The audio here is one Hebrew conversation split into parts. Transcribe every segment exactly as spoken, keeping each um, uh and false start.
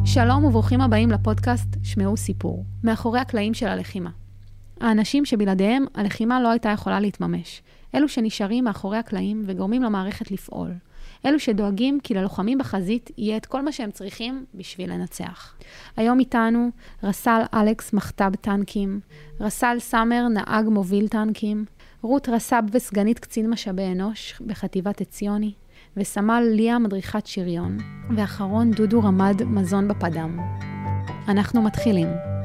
שלום וברוכים הבאים לפודקאסט שמעו סיפור, מאחורי הקלעים של הלחימה. האנשים שבלעדיהם הלחימה לא הייתה יכולה להתממש. אלו שנשארים מאחורי הקלעים וגורמים למערכת לפעול. אלו שדואגים כי ללוחמים בחזית יהיה את כל מה שהם צריכים בשביל לנצח. היום איתנו רס"ל אלכס מחטב טנקים, רס"ל סאמר נהג מוביל טנקים, רות רס"ב וסגנית קצין משאבי אנוש בחטיבת עציוני, וסמל ליה מדריכת שריון, ואחרון דודו רמד מזון בפדם. אנחנו מתחילים.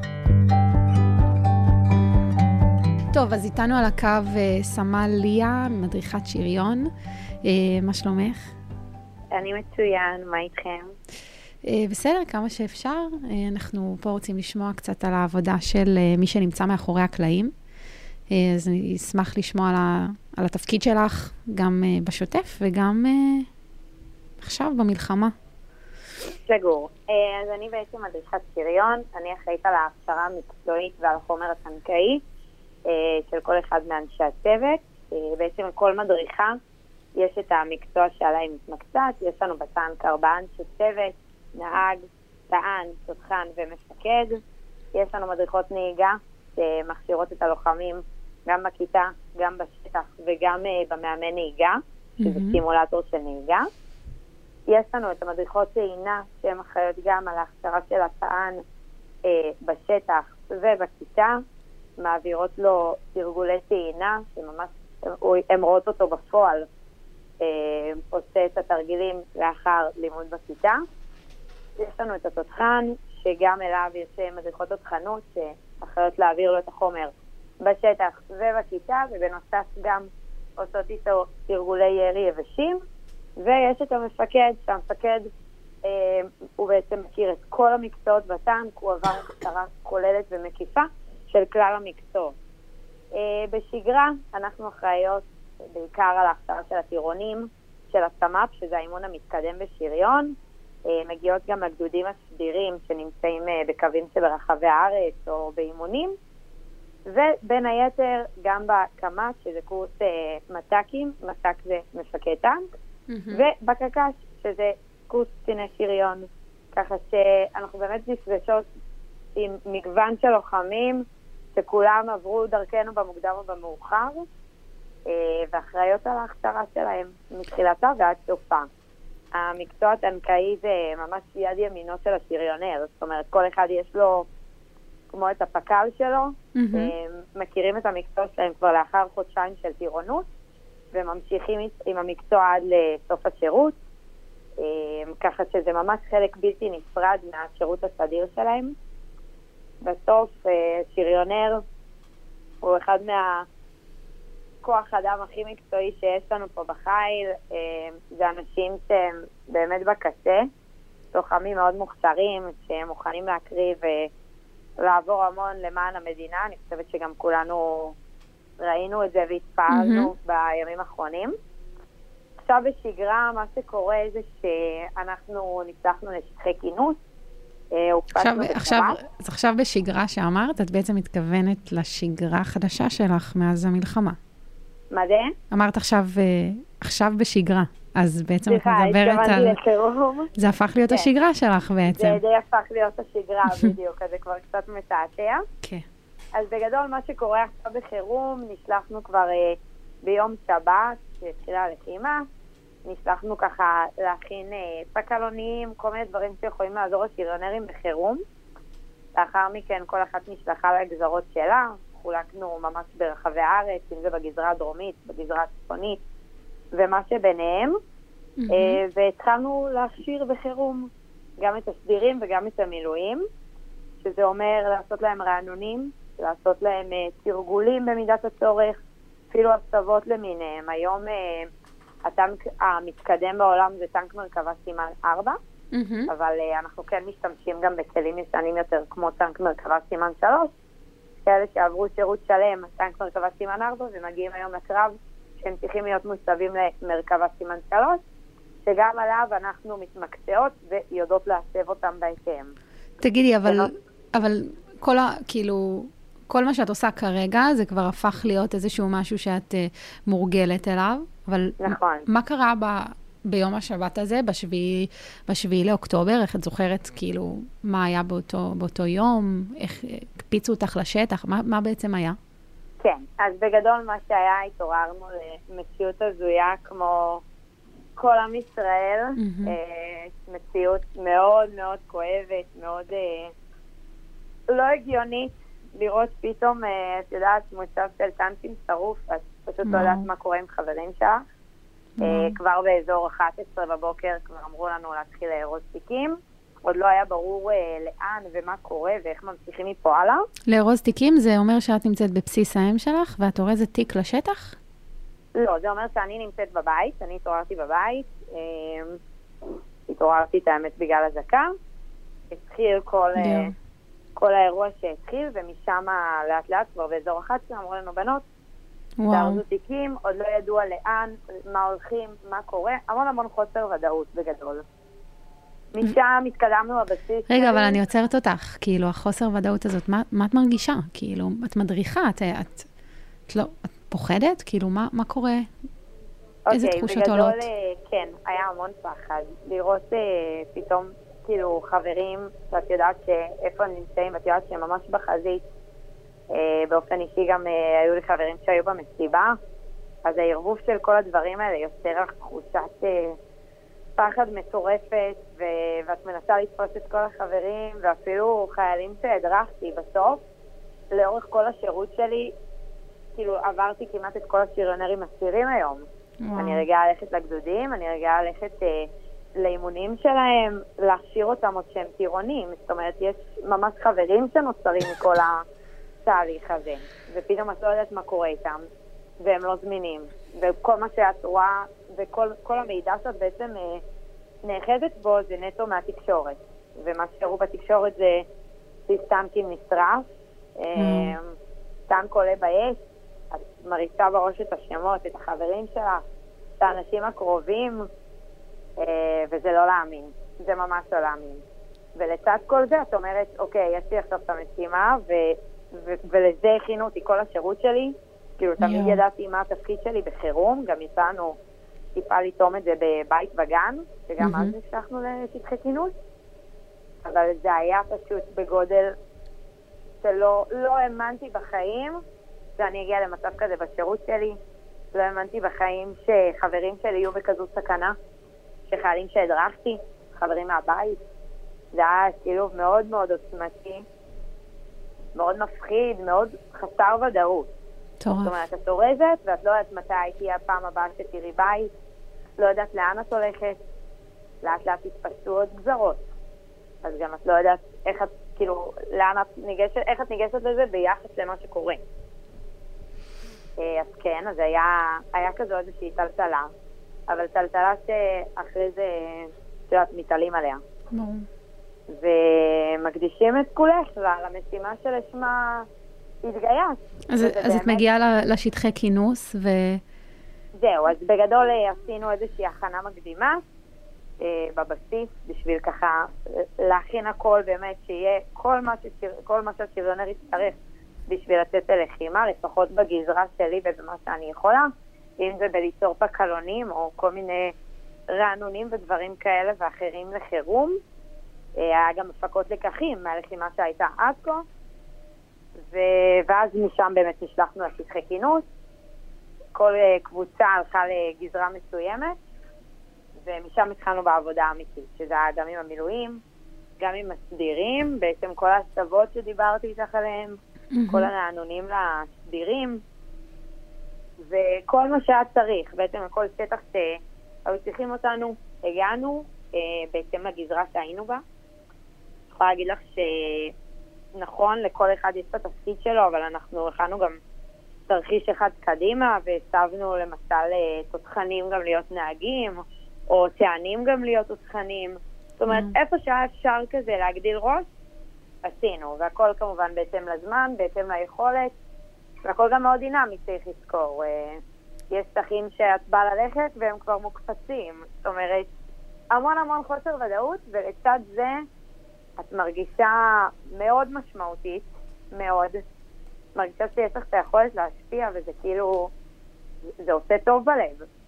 טוב, אז איתנו על הקו סמל ליה מדריכת שריון. מה שלומך? אני מצוין, מה איתכם? בסדר, כמה שאפשר. אנחנו פה רוצים לשמוע קצת על העבודה של מי שנמצא מאחורי הקלעים. אז אני אשמח לשמוע על, ה, על התפקיד שלך, גם בשוטף וגם עכשיו במלחמה. סגור. אז אני בעצם מדריכת שריון, אני אחראית על ההכשרה המקצועית ועל החומר הטנקאי של כל אחד מאנשי הצוות. בעצם כל מדריכה יש את המקצוע שעליי מתמקצעת, יש לנו בטנק ארבעה אנשי צוות, נהג, טען, תותחן ומפקד. יש לנו מדריכות נהיגה שמכשירות את הלוחמים גם בכיתה, גם בשטח וגם uh, במאמן נהיגה, שזה mm-hmm. סימולטור של נהיגה. יש לנו את המדריכות טעינה, שהן אחראיות גם על ההכשרה של הטען uh, בשטח ובכיתה, מעבירות לו תרגולי טעינה, שממש הן רואות אותו בפועל, uh, עושה את התרגילים לאחר לימוד בכיתה. יש לנו את התותחן, שגם אליו יש מדריכות תותחנות, שאחראיות להעביר לו את החומר בשטח ובכיתה, ובנוסף גם עושות איתו תרגולי ירי יבשים. ויש את המפקד, שהמפקד אה, הוא בעצם מכיר את כל המקצועות בטנק, הוא עבר הכשרה כוללת ומקיפה של כלל המקצועות. אה, בשגרה אנחנו אחראיות בעיקר על ההכשרה של הטירונים, של הסמ"פ, שזה האימון המתקדם בשריון. אה, מגיעות גם לגדודים הסדירים שנמצאים אה, בקווים של רחבי הארץ או באימונים. ובין היתר גם בקמ"ט, שזה קורס אה, מת"קים, מת"ק זה מפקד טנק, mm-hmm. ובקק"ש, שזה קורס קציני שריון. ככה שאנחנו באמת נפגשות עם מגוון של לוחמים, שכולם עברו דרכנו במוקדם ובמאוחר, אה, ואחראיות על ההכשרה שלהם מתחילתה ועד סופה. המקצוע הטנקאי זה ממש יד ימינו של השריונר, זאת אומרת, כל אחד יש לו כמו את הפקל שלו, mm-hmm. מכירים את המקצוע שלהם כבר לאחר חודשיים של טירונות, וממשיכים עם המקצוע עד לסוף השירות, ככה שזה ממש חלק בלתי נפרד מהשירות הסדיר שלהם. בסוף, שריונר הוא אחד מהכוח האדם הכי מקצועי שיש לנו פה בחיל, זה אנשים שהם באמת בקצה, לוחמים מאוד מוכשרים, שהם מוכנים להקריב לעבור המון למען המדינה. אני חושבת שגם כולנו ראינו את זה והתפעלנו mm-hmm. בימים האחרונים. עכשיו בשגרה מה שקורה זה שאנחנו נצלחנו לשטחי כינוס. עכשיו, עכשיו, אז עכשיו בשגרה שאמרת, את בעצם מתכוונת לשגרה החדשה שלך מאז המלחמה. מה זה? אמרת עכשיו, עכשיו בשגרה. אז בעצם את מדברת על... סליחה, לחירום. זה הפך להיות כן. השגרה שלך בעצם. זה די הפך להיות השגרה בדיוק, אז זה כבר קצת מתעתע. כן. אז בגדול מה שקורה עכשיו בחירום, נשלחנו כבר אה, ביום שבת, שהתחילה הלחימה, נשלחנו ככה להכין אה, פקלונים, כל מיני דברים שיכולים לעזור לשריונרים בחירום. לאחר מכן כל אחת נשלחה לגזרות שלה, חולקנו ממש ברחבי הארץ, אם זה בגזרה הדרומית, בגזרה הצפונית, ומה שביניהם, mm-hmm. uh, והתחלנו להכשיר בחירום גם את הסדירים וגם את המילואים, שזה אומר לעשות להם רענונים, לעשות להם uh, תרגולים במידת הצורך, אפילו הסבות למיניהם. היום uh, הטנק המתקדם בעולם זה טנק מרכבה סימן ארבע, mm-hmm. אבל uh, אנחנו כן משתמשים גם בכלים ישנים יותר כמו טנק מרכבה סימן שלוש, כאלה שעברו שירות שלם, טנק מרכבה סימן ארבע, ומגיעים היום לקרב, שהם צריכים להיות מוצבים למרכבה סימן שלוש, שגם עליו אנחנו מתמקצעות ויודעות להסב אותם בהתאם. תגידי, אבל, אבל כל ה, כאילו, כל מה שאת עושה כרגע, זה כבר הפך להיות איזשהו משהו שאת uh, מורגלת אליו, אבל נכון. מה קרה ב, ביום השבת הזה, בשביעי, בשביעי לאוקטובר, איך את זוכרת, כאילו, מה היה באותו, באותו יום, איך הקפיצו אותך לשטח, מה, מה בעצם היה? כן, אז בגדול מה שהיה, התעוררנו למציאות הזויה כמו כל עם ישראל, mm-hmm. אה, מציאות מאוד מאוד כואבת, מאוד אה, לא הגיונית, לראות פתאום, אה, את יודעת, מוצב של טנקים שרוף, את פשוט לא יודעת מה קורה עם חברים שלך. אה, כבר באזור אחת עשרה בבוקר כבר אמרו לנו להתחיל לארוז תיקים, עוד לא היה ברור אה, לאן ומה קורה ואיך ממשיכים מפה הלאה. לארוז תיקים זה אומר שאת נמצאת בבסיס האם שלך ואת אורזת תיק לשטח? לא, זה אומר שאני נמצאת בבית, אני התעוררתי בבית, אה, התעוררתי את האמת בגלל הזקה, התחיל כל, אה, כל האירוע שהתחיל, ומשם לאט לאט כבר באזור אחת אמרו לנו בנות, תארזו תיקים, עוד לא ידוע לאן, מה הולכים, מה קורה, המון המון חוסר ודאות בגדול. משם התקדמנו בבסיס. רגע, אבל אני עוצרת אותך, כאילו, החוסר ודאות הזאת, מה, מה את מרגישה? כאילו, את מדריכה, את, את, את לא, את פוחדת? כאילו, מה, מה קורה? איזה תחושות עולות? בגדול, כן, היה המון פחד. לראות פתאום, כאילו, חברים, שאת יודעת שאיפה הם נמצאים, ואת יודעת שהם ממש בחזית. באופן אישי גם היו לי חברים שהיו במסיבה, אז הערבוב של כל הדברים האלה יוצר לך תחושת פחד מטורפת, ו... ואת מנסה לתפוס את כל החברים, ואפילו חיילים שהדרכתי בסוף, לאורך כל השירות שלי, כאילו עברתי כמעט את כל השריונרים הצעירים היום. וואו. אני רגעה ללכת לגדודים, אני רגעה ללכת אה, לאימונים שלהם, להכשיר אותם עוד שהם טירונים. זאת אומרת, יש ממש חברים שנוצרים מכל התהליך הזה, ופתאום את לא יודעת מה קורה איתם, והם לא זמינים. וכל מה שאת רואה, וכל כל המידע שאת בעצם אה, נאחזת בו, זה נטו מהתקשורת. ומה שקראו בתקשורת זה טנקים נשרף, mm. אה, טנק עולה באש, את מריצה בראש את השמות, את החברים שלך, את האנשים הקרובים, אה, וזה לא להאמין. זה ממש לא להאמין. ולצד כל זה את אומרת, אוקיי, יש לי עכשיו את המשימה, ו, ו, ולזה הכינו אותי כל השירות שלי, כאילו תמיד ידעתי מה התפקיד שלי בחירום, גם יצאנו טיפה לטום את זה בבית בגן, וגם אז נשלחנו לשטחי כינוס, אבל זה היה פשוט בגודל שלא לא האמנתי בחיים, שאני אגיע למצב כזה בשירות שלי, לא האמנתי בחיים שחברים שלי יהיו בכזו סכנה, שחיילים שהדרכתי, חברים מהבית, זה היה שילוב מאוד מאוד עוצמתי, מאוד מפחיד, מאוד חסר ודאות. טוב. זאת אומרת, את אורזת, ואת לא יודעת מתי הייתי הפעם הבאה שתראי בית, לא יודעת לאן את הולכת, לאט לאט תתפסו עוד גזרות. אז גם את לא יודעת איך את, כאילו, לאן את ניגשת, איך את ניגשת לזה ביחס למה שקורה. אז כן, אז היה, היה כזו איזושהי טלטלה, אבל טלטלה שאחרי זה, שאת מתעלים עליה. ברור. ומקדישים את כולך למשימה שלשמה התגייס. אז, אז את מגיעה לשטחי כינוס ו... זהו, אז בגדול עשינו איזושהי הכנה מקדימה אה, בבסיס, בשביל ככה להכין הכל באמת, שיהיה כל מה, ששיר, כל מה שהשריונר יצטרך בשביל לצאת ללחימה, לפחות בגזרה שלי ובמה שאני יכולה, אם זה בליצור פקלונים או כל מיני רענונים ודברים כאלה ואחרים לחירום. אה, היה גם הפקות לקחים מהלחימה שהייתה עד כה, ו... ואז משם באמת נשלחנו לשטחי כינוס. כל uh, קבוצה הלכה לגזרה מסוימת, ומשם התחלנו בעבודה האמיתית, שזה היה גם עם המילואים, גם עם הסדירים, בעצם כל ההסתוות שדיברתי איתך עליהם, mm-hmm. כל הרענונים לסדירים, וכל מה שהיה צריך, בעצם כל שטח שהיו צריכים אותנו, הגענו uh, בעצם לגזרה שהיינו בה. אני יכולה להגיד לך ש... נכון, לכל אחד יש את התפקיד שלו, אבל אנחנו הכנו גם תרחיש אחד קדימה, והצבנו למשל תותחנים גם להיות נהגים, או טענים גם להיות תותחנים. זאת אומרת, mm. איפה שהיה אפשר כזה להגדיל ראש, עשינו. והכל כמובן בהתאם לזמן, בהתאם ליכולת, והכל גם מאוד דינמי צריך לזכור. יש שטחים שאת באה ללכת והם כבר מוקפצים. זאת אומרת, המון המון חוסר ודאות, ולצד זה את מרגישה מאוד משמעותית, מאוד. מרגישה שיש לך את היכולת להשפיע, וזה כאילו, זה עושה טוב בלב.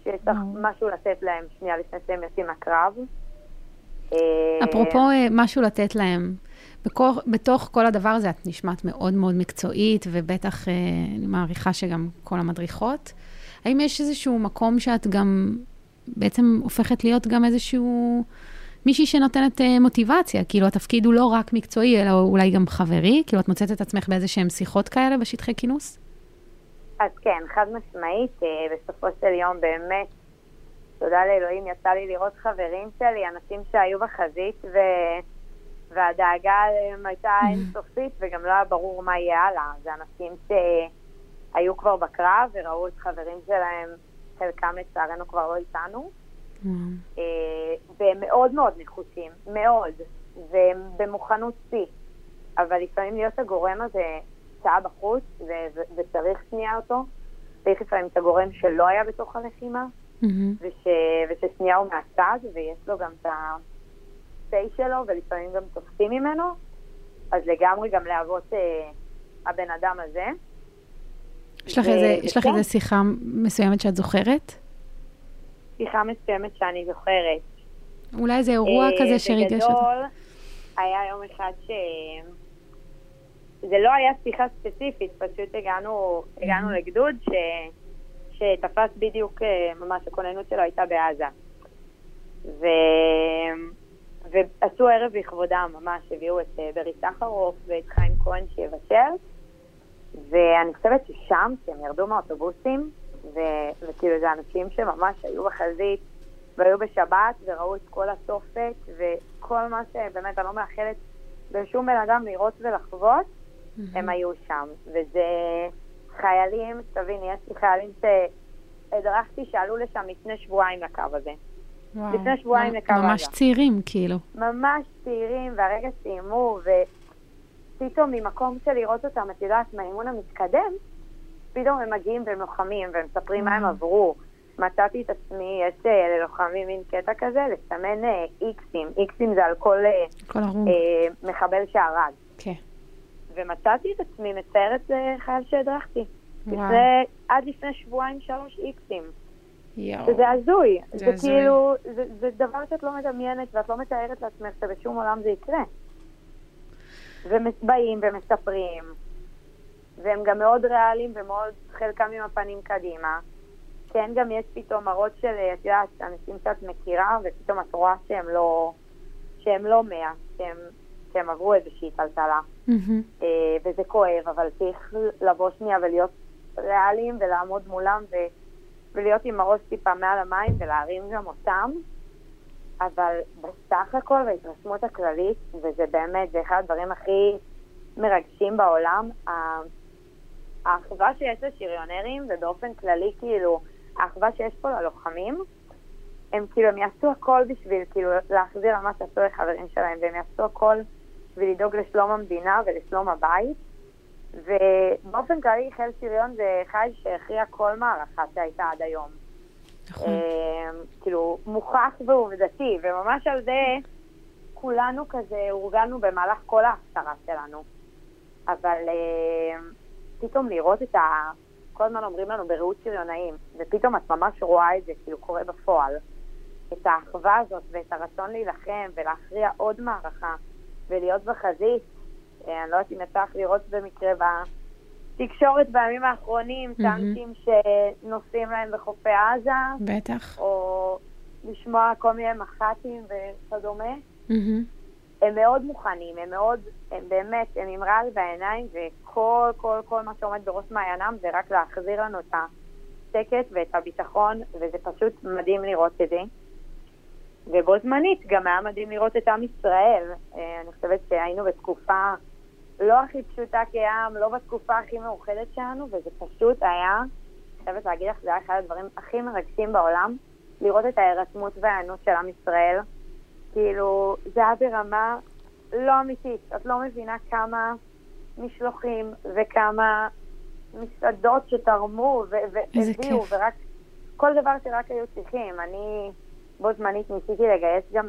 שצריך משהו לתת להם שנייה לפני שהם יוצאים מהקרב. אפרופו משהו לתת להם, בתוך כל הדבר הזה את נשמעת מאוד מאוד מקצועית, ובטח אני מעריכה שגם כל המדריכות. האם יש איזשהו מקום שאת גם בעצם הופכת להיות גם איזשהו מישהי שנותנת מוטיבציה? כאילו התפקיד הוא לא רק מקצועי, אלא אולי גם חברי? כאילו את מוצאת את עצמך באיזה שהן שיחות כאלה בשטחי כינוס? אז כן, חד משמעית, בסופו של יום באמת, תודה לאלוהים, יצא לי לראות חברים שלי, אנשים שהיו בחזית, ו... והדאגה עליהם הייתה אינסופית, וגם לא היה ברור מה יהיה הלאה. זה אנשים שהיו כבר בקרב, וראו את חברים שלהם, חלקם לצערנו כבר לא איתנו, והם מאוד מאוד נחוצים, מאוד, והם במוכנות שיא. אבל לפעמים להיות הגורם הזה שעה בחוץ, ו- ו- וצריך שנייה אותו, צריך לפעמים את הגורם שלא היה בתוך הלחימה, mm-hmm. וש- וששנייה הוא מהצד, ויש לו גם את הסי שלו, ולפעמים גם תופסים ממנו, אז לגמרי גם להוות אה, הבן אדם הזה. יש לך, ו- איזה, יש לך איזה שיחה מסוימת שאת זוכרת? שיחה מסוימת שאני זוכרת. אולי איזה אירוע אה, כזה שריגש אותך. בגדול, היה יום אחד ש... זה לא היה שיחה ספציפית, פשוט הגענו, הגענו לגדוד ש, שתפס בדיוק, ממש הכוננות שלו הייתה בעזה. ו, ועשו ערב לכבודם, ממש הביאו את ברי סחרוף ואת חיים כהן שיבשל, ואני חושבת ששם, שהם ירדו מהאוטובוסים, ו, וכאילו זה אנשים שממש היו בחזית, והיו בשבת וראו את כל התופת, וכל מה שבאמת אני לא מאחלת בשום בן אדם לראות ולחוות, הם היו שם, וזה חיילים, תביני, יש לי חיילים שהדרכתי שעלו לשם לפני שבועיים לקו הזה. וואו. לפני שבועיים לקו הזה. ממש צעירים, כאילו. ממש צעירים, והרגע סיימו, ופתאום ממקום של לראות אותם, את יודעת, מהאימון המתקדם, פתאום הם מגיעים והם לוחמים, והם מספרים מה הם עברו. מצאתי את עצמי, יש ללוחמים מין קטע כזה, לסמן איקסים. איקסים זה על כל, כל מחבל שהרג. כן. Okay. ומצאתי את עצמי מציירת חייל שהדרכתי. לפני, עד לפני שבועיים שלוש איקסים. יאו. וזה הזוי. זה, זה הזוי. כאילו, זה, זה דבר שאת לא מדמיינת ואת לא מתארת לעצמך שבשום עולם זה יקרה. ובאים ומספרים. והם גם מאוד ריאליים ומאוד חלקם עם הפנים קדימה. כן, גם יש פתאום מראות של, את יודעת, אנשים שאת מכירה, ופתאום את רואה שהם לא, שהם לא מאה, שהם, שהם עברו איזושהי טלטלה. Mm-hmm. וזה כואב, אבל צריך לבוא שנייה ולהיות ריאליים ולעמוד מולם ו, ולהיות עם הראש טיפה מעל המים ולהרים גם אותם. אבל בסך הכל בהתרשמות הכללית, וזה באמת, זה אחד הדברים הכי מרגשים בעולם, האחווה שיש לשריונרים, ובאופן כללי, כאילו, האחווה שיש פה ללוחמים, הם כאילו, הם יעשו הכל בשביל, כאילו, להחזיר על מה שעשו לחברים שלהם, והם יעשו הכל בשביל לדאוג לשלום המדינה ולשלום הבית, ובאופן כללי, חיל שריון זה חיל שהכריע כל מערכה שהייתה עד היום. נכון. כאילו, מוכח ועובדתי, וממש על זה, כולנו כזה, הורגלנו במהלך כל ההכשרה שלנו. אבל פתאום לראות את ה... כל הזמן אומרים לנו בראות שריונאים, ופתאום את ממש רואה את זה, כאילו קורה בפועל. את האחווה הזאת ואת הרצון להילחם ולהכריע עוד מערכה ולהיות בחזית. אני לא יודעת אם יצא לראות במקרה בתקשורת בימים האחרונים, טנקים שנוסעים להם בחופי עזה. בטח. או לשמוע כל מיני מח"טים וכדומה. הם מאוד מוכנים, הם מאוד, הם באמת, הם עם רעל בעיניים, וכל, כל, כל מה שעומד בראש מעיינם זה רק להחזיר לנו את השקט ואת הביטחון, וזה פשוט מדהים לראות את זה. ובו זמנית גם היה מדהים לראות את עם ישראל. אני חושבת שהיינו בתקופה לא הכי פשוטה כעם, לא בתקופה הכי מאוחדת שלנו, וזה פשוט היה, אני חושבת להגיד לך, זה היה אחד הדברים הכי מרגשים בעולם, לראות את ההירתמות והענות של עם ישראל. כאילו, זה היה ברמה לא אמיתית. את לא מבינה כמה משלוחים וכמה מסעדות שתרמו והביאו, ורק כל דבר שרק היו צריכים. אני בו זמנית ניסיתי לגייס גם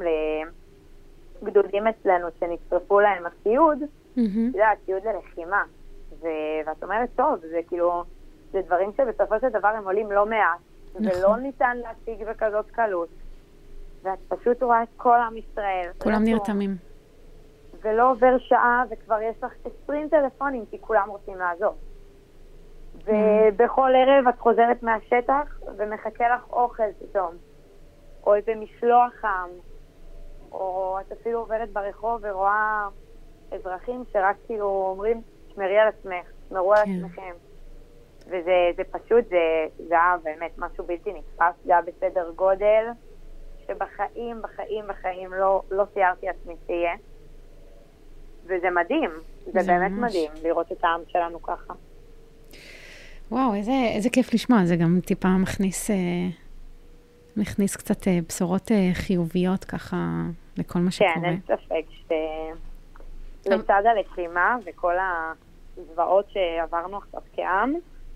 לגדודים אצלנו שנצטרפו להם הציוד, זה הציוד ללחימה. ואת אומרת, טוב, זה כאילו, זה דברים שבסופו של דבר הם עולים לא מעט. ולא ניתן להשיג בכזאת קלות. ואת פשוט רואה את כל עם ישראל. כולם נרתמים. ולא עובר שעה, וכבר יש לך עשרים טלפונים, כי כולם רוצים לעזור. ובכל ערב את חוזרת מהשטח, ומחכה לך אוכל פתאום. או איזה משלוח חם. או את אפילו עוברת ברחוב ורואה אזרחים שרק כאילו אומרים, שמרי על עצמך, שמרו על עצמכם. וזה זה פשוט, זה, זה היה באמת משהו בלתי נתפס, זה היה בסדר גודל, שבחיים, בחיים, בחיים לא, לא תיארתי עצמי שיהיה. וזה מדהים, זה, זה באמת ממש מדהים לראות את העם שלנו ככה. וואו, איזה, איזה כיף לשמוע, זה גם טיפה מכניס, אה, מכניס קצת אה, בשורות אה, חיוביות ככה לכל מה שקורה. כן, אין ספק שלצד הלחימה וכל הזוועות שעברנו עכשיו כעם,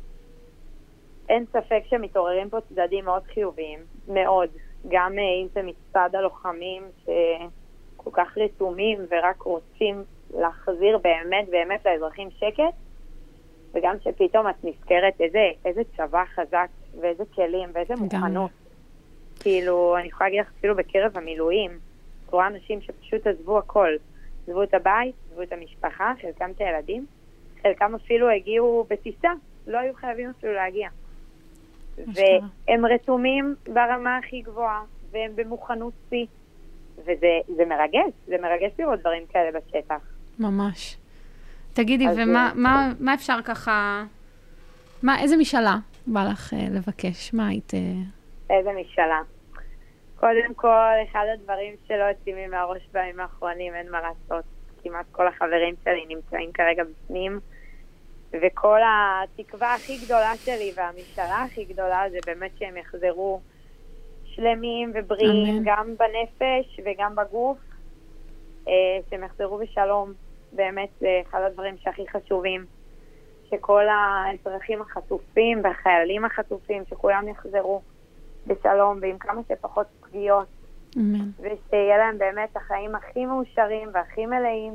אין ספק שמתעוררים פה צדדים מאוד חיוביים, מאוד. גם אם זה מצד הלוחמים שכל כך רתומים ורק רוצים להחזיר באמת באמת לאזרחים שקט, וגם שפתאום את נזכרת איזה, איזה צבא חזק ואיזה כלים ואיזה מוכנות. כאילו, אני יכולה להגיד לך אפילו בקרב המילואים, קורא אנשים שפשוט עזבו הכל. עזבו את הבית, עזבו את המשפחה, חלקם את הילדים, חלקם אפילו הגיעו בטיסה, לא היו חייבים אפילו להגיע. והם רתומים ברמה הכי גבוהה, והם במוכנות שיא, וזה זה מרגש, זה מרגש לראות דברים כאלה בשטח. ממש. תגידי, ומה מה, מה אפשר ככה, מה, איזה משאלה בא לך uh, לבקש? מה היית... איזה משאלה? קודם כל, אחד הדברים שלא יוצאים לי מהראש בימים האחרונים, אין מה לעשות. כמעט כל החברים שלי נמצאים כרגע בפנים, וכל התקווה הכי גדולה שלי והמשאלה הכי גדולה זה באמת שהם יחזרו שלמים ובריאים, אמן. גם בנפש וגם בגוף, שהם יחזרו בשלום. באמת זה אחד הדברים שהכי חשובים, שכל האזרחים החטופים והחיילים החטופים, שכולם יחזרו בשלום ועם כמה שפחות פגיעות, אמן. ושיהיה להם באמת החיים הכי מאושרים והכי מלאים,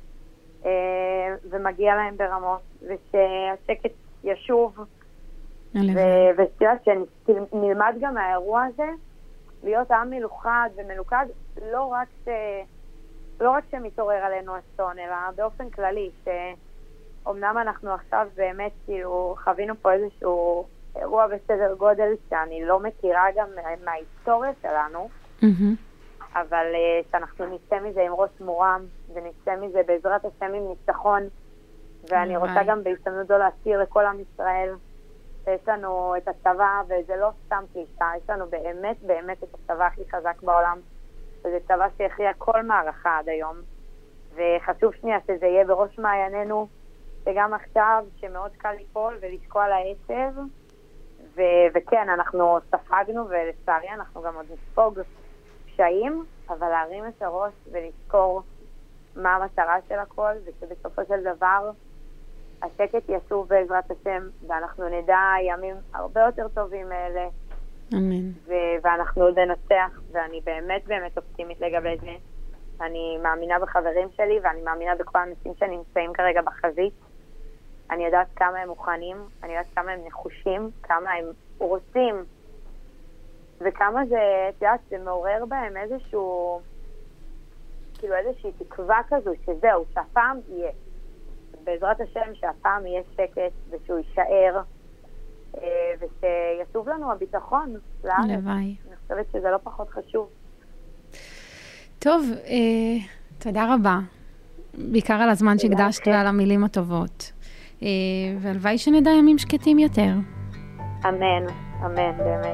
ומגיע להם ברמות, ושהשקט ישוב, ושתיית שנלמד גם מהאירוע הזה, להיות עם מלוכד ומלוכד, לא רק ש... לא רק שמתעורר עלינו אסון, אלא באופן כללי, שאומנם אנחנו עכשיו באמת, כאילו, חווינו פה איזשהו אירוע בסדר גודל שאני לא מכירה גם מההיסטוריה שלנו, אבל שאנחנו נצא מזה עם ראש מורם, ונצא מזה בעזרת השם עם ניצחון, ואני רוצה גם בהזדמנות זו להזכיר לכל עם ישראל, שיש לנו את הצבא, וזה לא סתם קלישה, יש לנו באמת באמת את הצבא הכי חזק בעולם, וזה צבא שהכריע כל מערכה עד היום, וחשוב שנייה שזה יהיה בראש מעיינינו, וגם עכשיו שמאוד קל ליפול ולשקוע לעצב, ו- וכן, אנחנו ספגנו, ולצערי אנחנו גם עוד נספוג קשיים, אבל להרים את הראש ולזכור מה המטרה של הכל, ושבסופו של דבר השקט ישוב בעזרת השם, ואנחנו נדע ימים הרבה יותר טובים מאלה, אמן. ו- ואנחנו עוד ננצח, ואני באמת באמת אופטימית לגבי זה. אני מאמינה בחברים שלי, ואני מאמינה בכל האנשים שנמצאים כרגע בחזית. אני יודעת כמה הם מוכנים, אני יודעת כמה הם נחושים, כמה הם רוצים, וכמה זה, את יודעת, זה מעורר בהם איזשהו, כאילו איזושהי תקווה כזו, שזהו, שהפעם יהיה. בעזרת השם שהפעם יהיה שקט, ושהוא יישאר, ושישוב לנו הביטחון לארץ. לוואי. אני חושבת שזה לא פחות חשוב. טוב, אה, תודה רבה. בעיקר על הזמן שהקדשת ועל המילים הטובות. אה, והלוואי שנדע ימים שקטים יותר. אמן, אמן, באמת.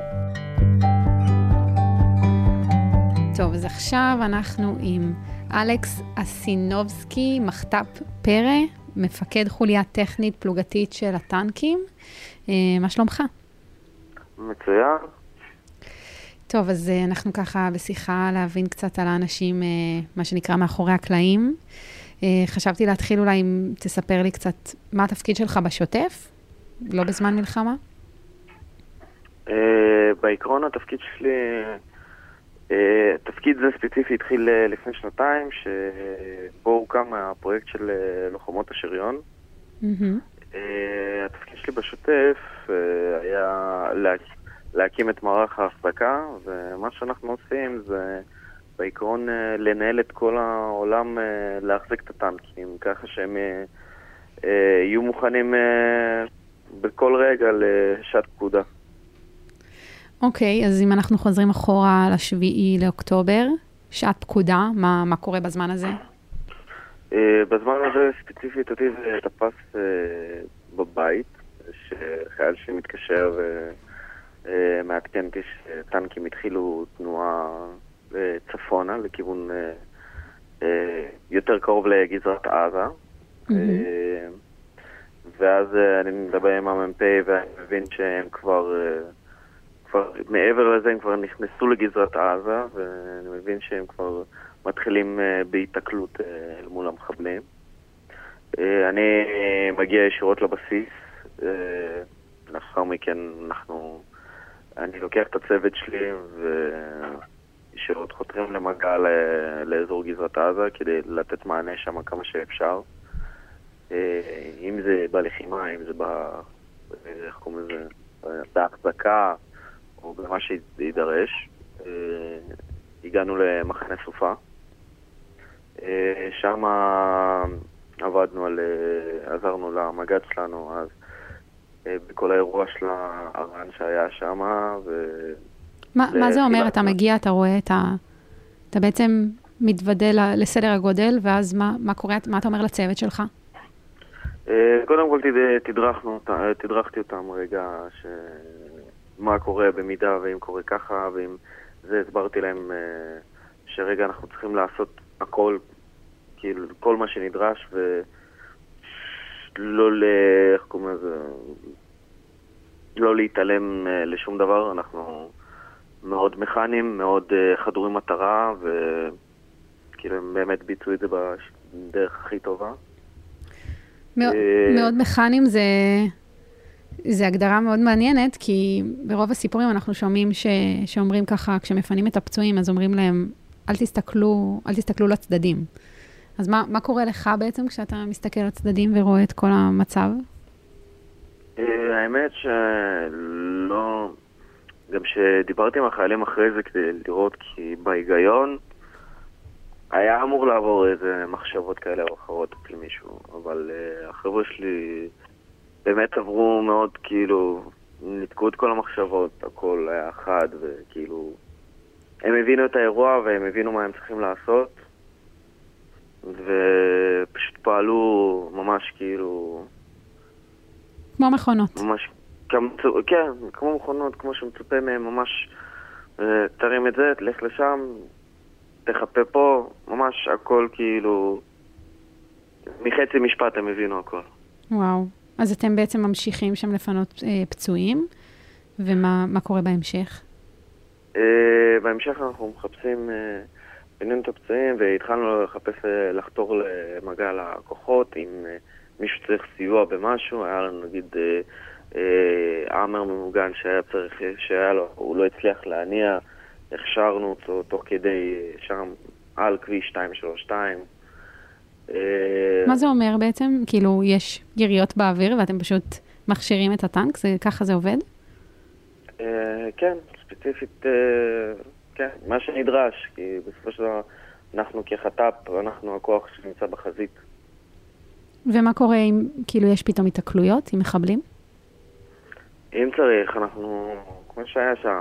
טוב, אז עכשיו אנחנו עם אלכס אסינובסקי, מחט"פ פרא, מפקד חוליה טכנית פלוגתית של הטנקים. מה שלומך? מצוין. טוב, אז אנחנו ככה בשיחה להבין קצת על האנשים, מה שנקרא מאחורי הקלעים. חשבתי להתחיל אולי אם תספר לי קצת מה התפקיד שלך בשוטף, לא בזמן מלחמה? בעקרון התפקיד שלי, תפקיד זה ספציפי התחיל לפני שנתיים, שבו הוקם הפרויקט של לוחמות השריון. התפקיד שלי בשוטף היה להקים את מערך ההחזקה, ומה שאנחנו עושים זה בעיקרון לנהל את כל העולם, להחזיק את הטנקים, ככה שהם יהיו מוכנים בכל רגע לשעת פקודה. אוקיי, אז אם אנחנו חוזרים אחורה לשביעי לאוקטובר, שעת פקודה, מה, מה קורה בזמן הזה? בזמן הזה ספציפית אותי זה תפס בבית, שחייל שמתקשר ומעדכן אותי שטנקים התחילו תנועה צפונה, לכיוון יותר קרוב לגזרת עזה. ואז אני מדבר עם המ"פ ואני מבין שהם כבר, כבר מעבר לזה הם כבר נכנסו לגזרת עזה, ואני מבין שהם כבר מתחילים בהתקלות אל מול המחבלים. אני מגיע ישירות לבסיס, לאחר מכן אנחנו, אני לוקח את הצוות שלי וישירות חותרים למגע לאזור גזרת עזה כדי לתת מענה שם כמה שאפשר. אם זה בלחימה, אם זה ב... איך קוראים לזה? בהחזקה או במה שידרש. הגענו למחנה סופה. שם עבדנו על... עזרנו למג"ד שלנו אז בכל האירוע של הארן שהיה שם. ו... מה, מה זה אומר? אתה מגיע, אתה רואה את ה... אתה בעצם מתוודא לסדר הגודל, ואז מה, מה קורה? מה אתה אומר לצוות שלך? קודם כל תדרכנו, תדרכתי אותם רגע מה קורה במידה ואם קורה ככה, ואם זה הסברתי להם שרגע אנחנו צריכים לעשות הכל, כאילו כל מה שנדרש ולא ל... איך קוראים לזה? לא להתעלם לשום דבר. אנחנו מאוד מכניים, מאוד חדורים מטרה, וכאילו הם באמת ביצעו את זה בדרך הכי טובה. מאוד, מאוד מכנים זה, זה הגדרה מאוד מעניינת, כי ברוב הסיפורים אנחנו שומעים ש, שאומרים ככה, כשמפנים את הפצועים, אז אומרים להם, אל תסתכלו, אל תסתכלו לצדדים. אז מה, מה קורה לך בעצם כשאתה מסתכל לצדדים ורואה את כל המצב? האמת שלא, גם שדיברתי עם החיילים אחרי זה כדי לראות, כי בהיגיון, היה אמור לעבור איזה מחשבות כאלה או אחרות אצל מישהו, אבל uh, החבר'ה שלי באמת עברו מאוד, כאילו, נתקעו את כל המחשבות, הכל היה חד, וכאילו, הם הבינו את האירוע והם הבינו מה הם צריכים לעשות, ופשוט פעלו ממש כאילו... כמו מכונות. ממש, כמו, כן, כמו מכונות, כמו שמצופה מהם, ממש, uh, תרים את זה, תלך לשם, תחפה פה, ממש הכל כאילו, מחצי משפט הם הבינו הכל. וואו. אז אתם בעצם ממשיכים שם לפנות אה, פצועים, ומה מה קורה בהמשך? אה, בהמשך אנחנו מחפשים, אה, בינינו את הפצועים, והתחלנו לחפש, אה, לחתור למגע לכוחות, אם אה, מישהו צריך סיוע במשהו, היה לנו נגיד אה, אה, עמר ממוגן שהיה צריך, שהיה לו, הוא לא הצליח להניע, הכשרנו אותו תוך כדי שם על כביש שתיים שלוש שתיים. מה זה אומר בעצם? כאילו יש יריות באוויר ואתם פשוט מכשירים את הטנק? זה, ככה זה עובד? כן, ספציפית, כן, מה שנדרש, כי בסופו של דבר אנחנו כחט"פ, אנחנו הכוח שנמצא בחזית. ומה קורה אם כאילו יש פתאום התקלויות, עם מחבלים? אם צריך, אנחנו, כמו שהיה שם,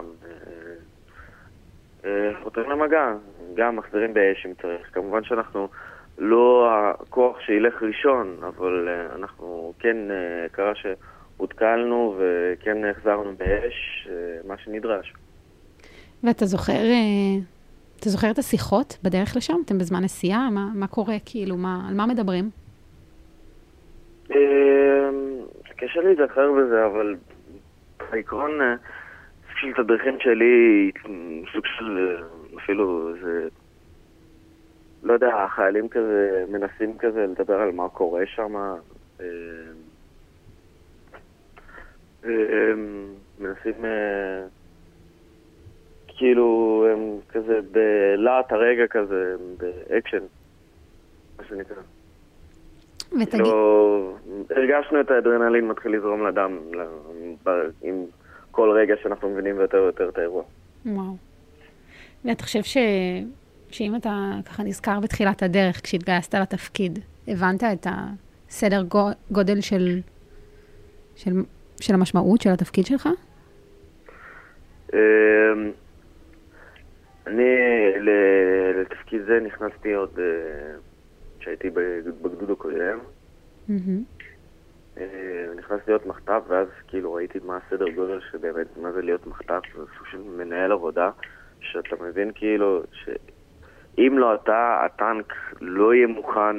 חותרים למגע, גם מחזירים באש אם צריך. כמובן שאנחנו לא הכוח שילך ראשון, אבל אנחנו כן קרה שהותקלנו וכן החזרנו באש, מה שנדרש. ואתה זוכר, אתה זוכר את השיחות בדרך לשם? אתם בזמן נסיעה? מה, מה קורה? כאילו, מה, על מה מדברים? קשה לי להיזכר בזה, אבל בעיקרון של תדריכים שלי, סוג של, אפילו זה, לא יודע, החיילים כזה מנסים כזה לדבר על מה קורה שם, מנסים, כאילו, הם כזה בלהט הרגע כזה, באקשן, מה שנקרא. ותגיד... הרגשנו את האדרנלין מתחיל לזרום לדם, עם כל רגע שאנחנו מבינים יותר ויותר את האירוע. וואו. ואתה חושב ש... שאם אתה ככה נזכר בתחילת הדרך, כשהתגייסת לתפקיד, הבנת את הסדר גודל של, של, של המשמעות של התפקיד שלך? אני לתפקיד זה נכנסתי עוד כשהייתי בגדוד הקודם. נכנסתי להיות מחטף, ואז כאילו ראיתי מה הסדר גודל שבאמת, מה זה להיות מחטף, זה סוג של מנהל עבודה, שאתה מבין כאילו שאם לא אתה, הטנק לא יהיה מוכן,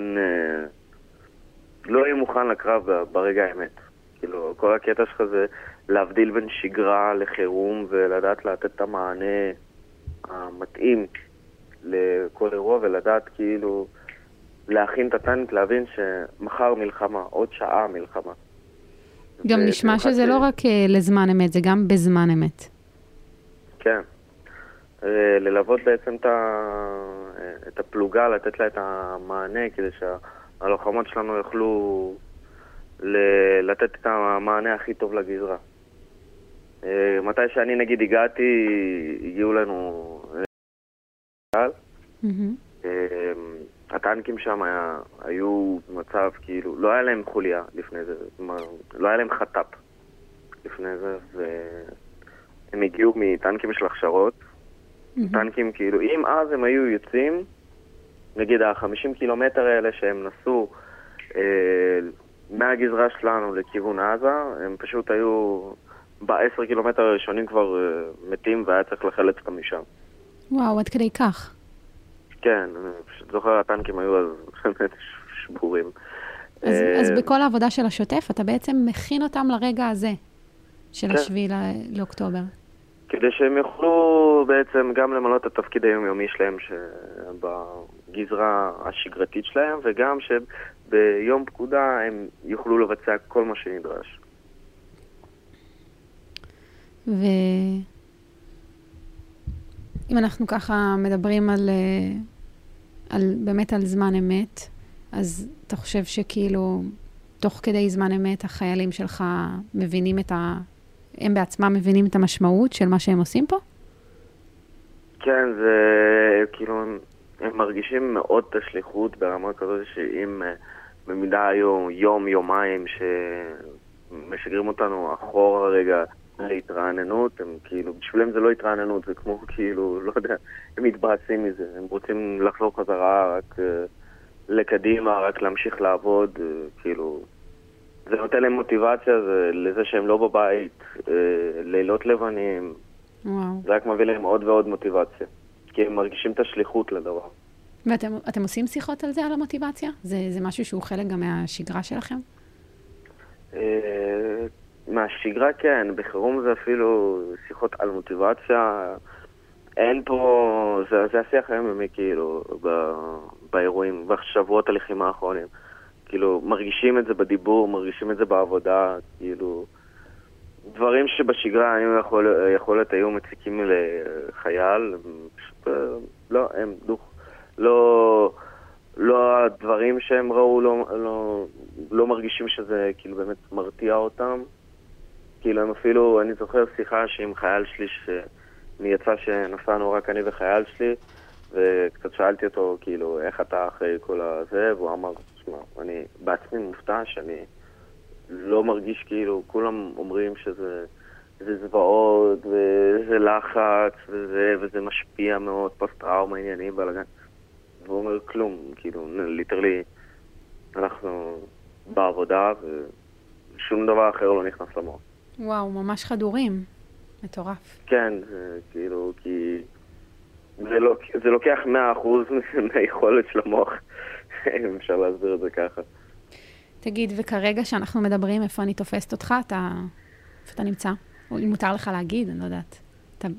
לא יהיה מוכן לקרב ברגע האמת. כאילו, כל הקטע שלך זה להבדיל בין שגרה לחירום ולדעת לתת את המענה המתאים לכל אירוע, ולדעת כאילו להכין את הטנק, להבין שמחר מלחמה, עוד שעה מלחמה. גם נשמע שזה לא רק לזמן אמת, זה גם בזמן אמת. כן. ללוות בעצם את הפלוגה, לתת לה את המענה, כדי שהלוחמות שלנו יוכלו לתת את המענה הכי טוב לגזרה. מתי שאני נגיד הגעתי, הגיעו לנו הטנקים שם היה, היו במצב כאילו, לא היה להם חוליה לפני זה, לא היה להם חטאפ לפני זה, והם הגיעו מטנקים של הכשרות, טנקים כאילו, אם אז הם היו יוצאים, נגיד ה-חמישים קילומטר האלה שהם נסעו אה, מהגזרה שלנו לכיוון עזה, הם פשוט היו ב-עשרה קילומטר הראשונים כבר אה, מתים, והיה צריך לחלץ אותם משם. וואו, עד כדי כך. כן, אני פשוט זוכר, הטנקים היו אז באמת שבורים. אז, אז בכל העבודה של השוטף, אתה בעצם מכין אותם לרגע הזה, של השביעי לאוקטובר. כדי שהם יוכלו בעצם גם למלא את התפקיד היומיומי שלהם בגזרה השגרתית שלהם, וגם שביום פקודה הם יוכלו לבצע כל מה שנדרש. ואם אנחנו ככה מדברים על, על, באמת על זמן אמת, אז אתה חושב שכאילו, תוך כדי זמן אמת, החיילים שלך מבינים את ה... הם בעצמם מבינים את המשמעות של מה שהם עושים פה? כן, זה כאילו, הם, הם מרגישים מאוד את השליחות ברמה כזאת שאם במידה היום, יום, יומיים, שמשגרים אותנו אחורה רגע להתרעננות, הם כאילו, בשבילם זה לא התרעננות, זה כמו כאילו, לא יודע, הם מתבאסים מזה, הם רוצים לחזור חזרה רק לקדימה, רק להמשיך לעבוד, כאילו... זה נותן להם מוטיבציה זה, לזה שהם לא בבית, אה, לילות לבנים. וואו. זה רק מביא להם עוד ועוד מוטיבציה. כי הם מרגישים את השליחות לדבר. ואתם אתם עושים שיחות על זה, על המוטיבציה? זה, זה משהו שהוא חלק גם מהשגרה שלכם? אה, מהשגרה כן, בחירום זה אפילו שיחות על מוטיבציה. אין פה, זה, זה השיח היומיומי כאילו, ב, באירועים, בשבועות הלחימה האחרונים. כאילו, מרגישים את זה בדיבור, מרגישים את זה בעבודה, כאילו, דברים שבשגרה היו יכול, יכולת היו מציקים לחייל, פשוט, לא, הם דוח, לא, לא הדברים שהם ראו, לא, לא, לא מרגישים שזה, כאילו, באמת מרתיע אותם. כאילו, הם אפילו, אני זוכר שיחה שעם חייל שלי, שיצא שנסענו רק אני וחייל שלי, וקצת שאלתי אותו, כאילו, איך אתה אחרי כל הזה, והוא אמר, אני בעצמי מופתע שאני לא מרגיש כאילו, כולם אומרים שזה זה זוועות וזה לחץ וזה, וזה משפיע מאוד, פוסט-טראומה, עניינים, בלגן. והוא אומר כלום, כאילו, ליטרלי, אנחנו בעבודה ושום דבר אחר לא נכנס למוח. וואו, ממש חדורים. מטורף. כן, זה, כאילו, כי זה, לא, זה לוקח מאה אחוז מהיכולת של המוח. אם אפשר להסביר את זה ככה. תגיד, וכרגע שאנחנו מדברים, איפה אני תופסת אותך? אתה, איפה אתה נמצא? או אם מותר לך להגיד, אני לא יודעת. אתה...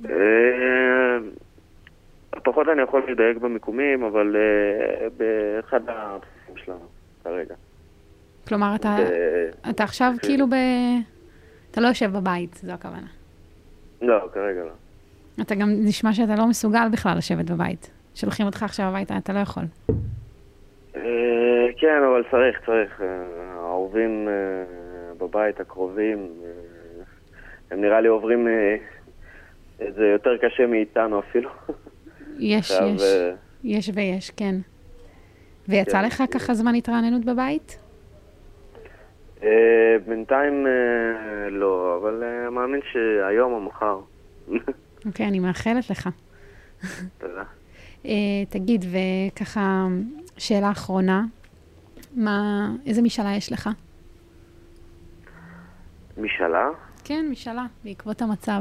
פחות אני יכול לדייק במיקומים, אבל באחד הבסיסים שלנו, כרגע. כלומר, אתה, אתה עכשיו כאילו ב... אתה לא יושב בבית, זו הכוונה. לא, כרגע לא. אתה גם נשמע שאתה לא מסוגל בכלל לשבת בבית. שלוחים אותך עכשיו הביתה, אתה לא יכול. כן, אבל צריך, צריך. האהובים בבית, הקרובים, הם נראה לי עוברים את זה יותר קשה מאיתנו אפילו. יש, עכשיו, יש. יש ויש, כן. ויצא כן. לך ככה זמן התרעננות בבית? אה, בינתיים אה, לא, אבל אה, מאמין שהיום או מחר. אוקיי, אני מאחלת לך. תודה. אה, תגיד, וככה, שאלה אחרונה, מה, איזה משאלה יש לך? משאלה? כן, משאלה, בעקבות המצב.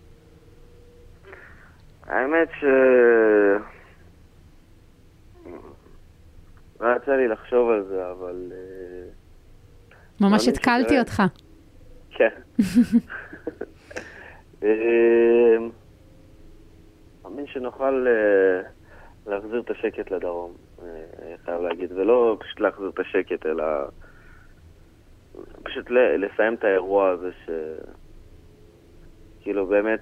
האמת ש... לא יצא לי לחשוב על זה, אבל... אה, ממש מאמין התקלתי שכרגע- אותך. כן. אה, מאמין שנוכל אה, להחזיר את השקט לדרום, אה, אני חייב להגיד, ולא פשוט להחזיר את השקט, אלא פשוט ל- לסיים את האירוע הזה ש... כאילו באמת,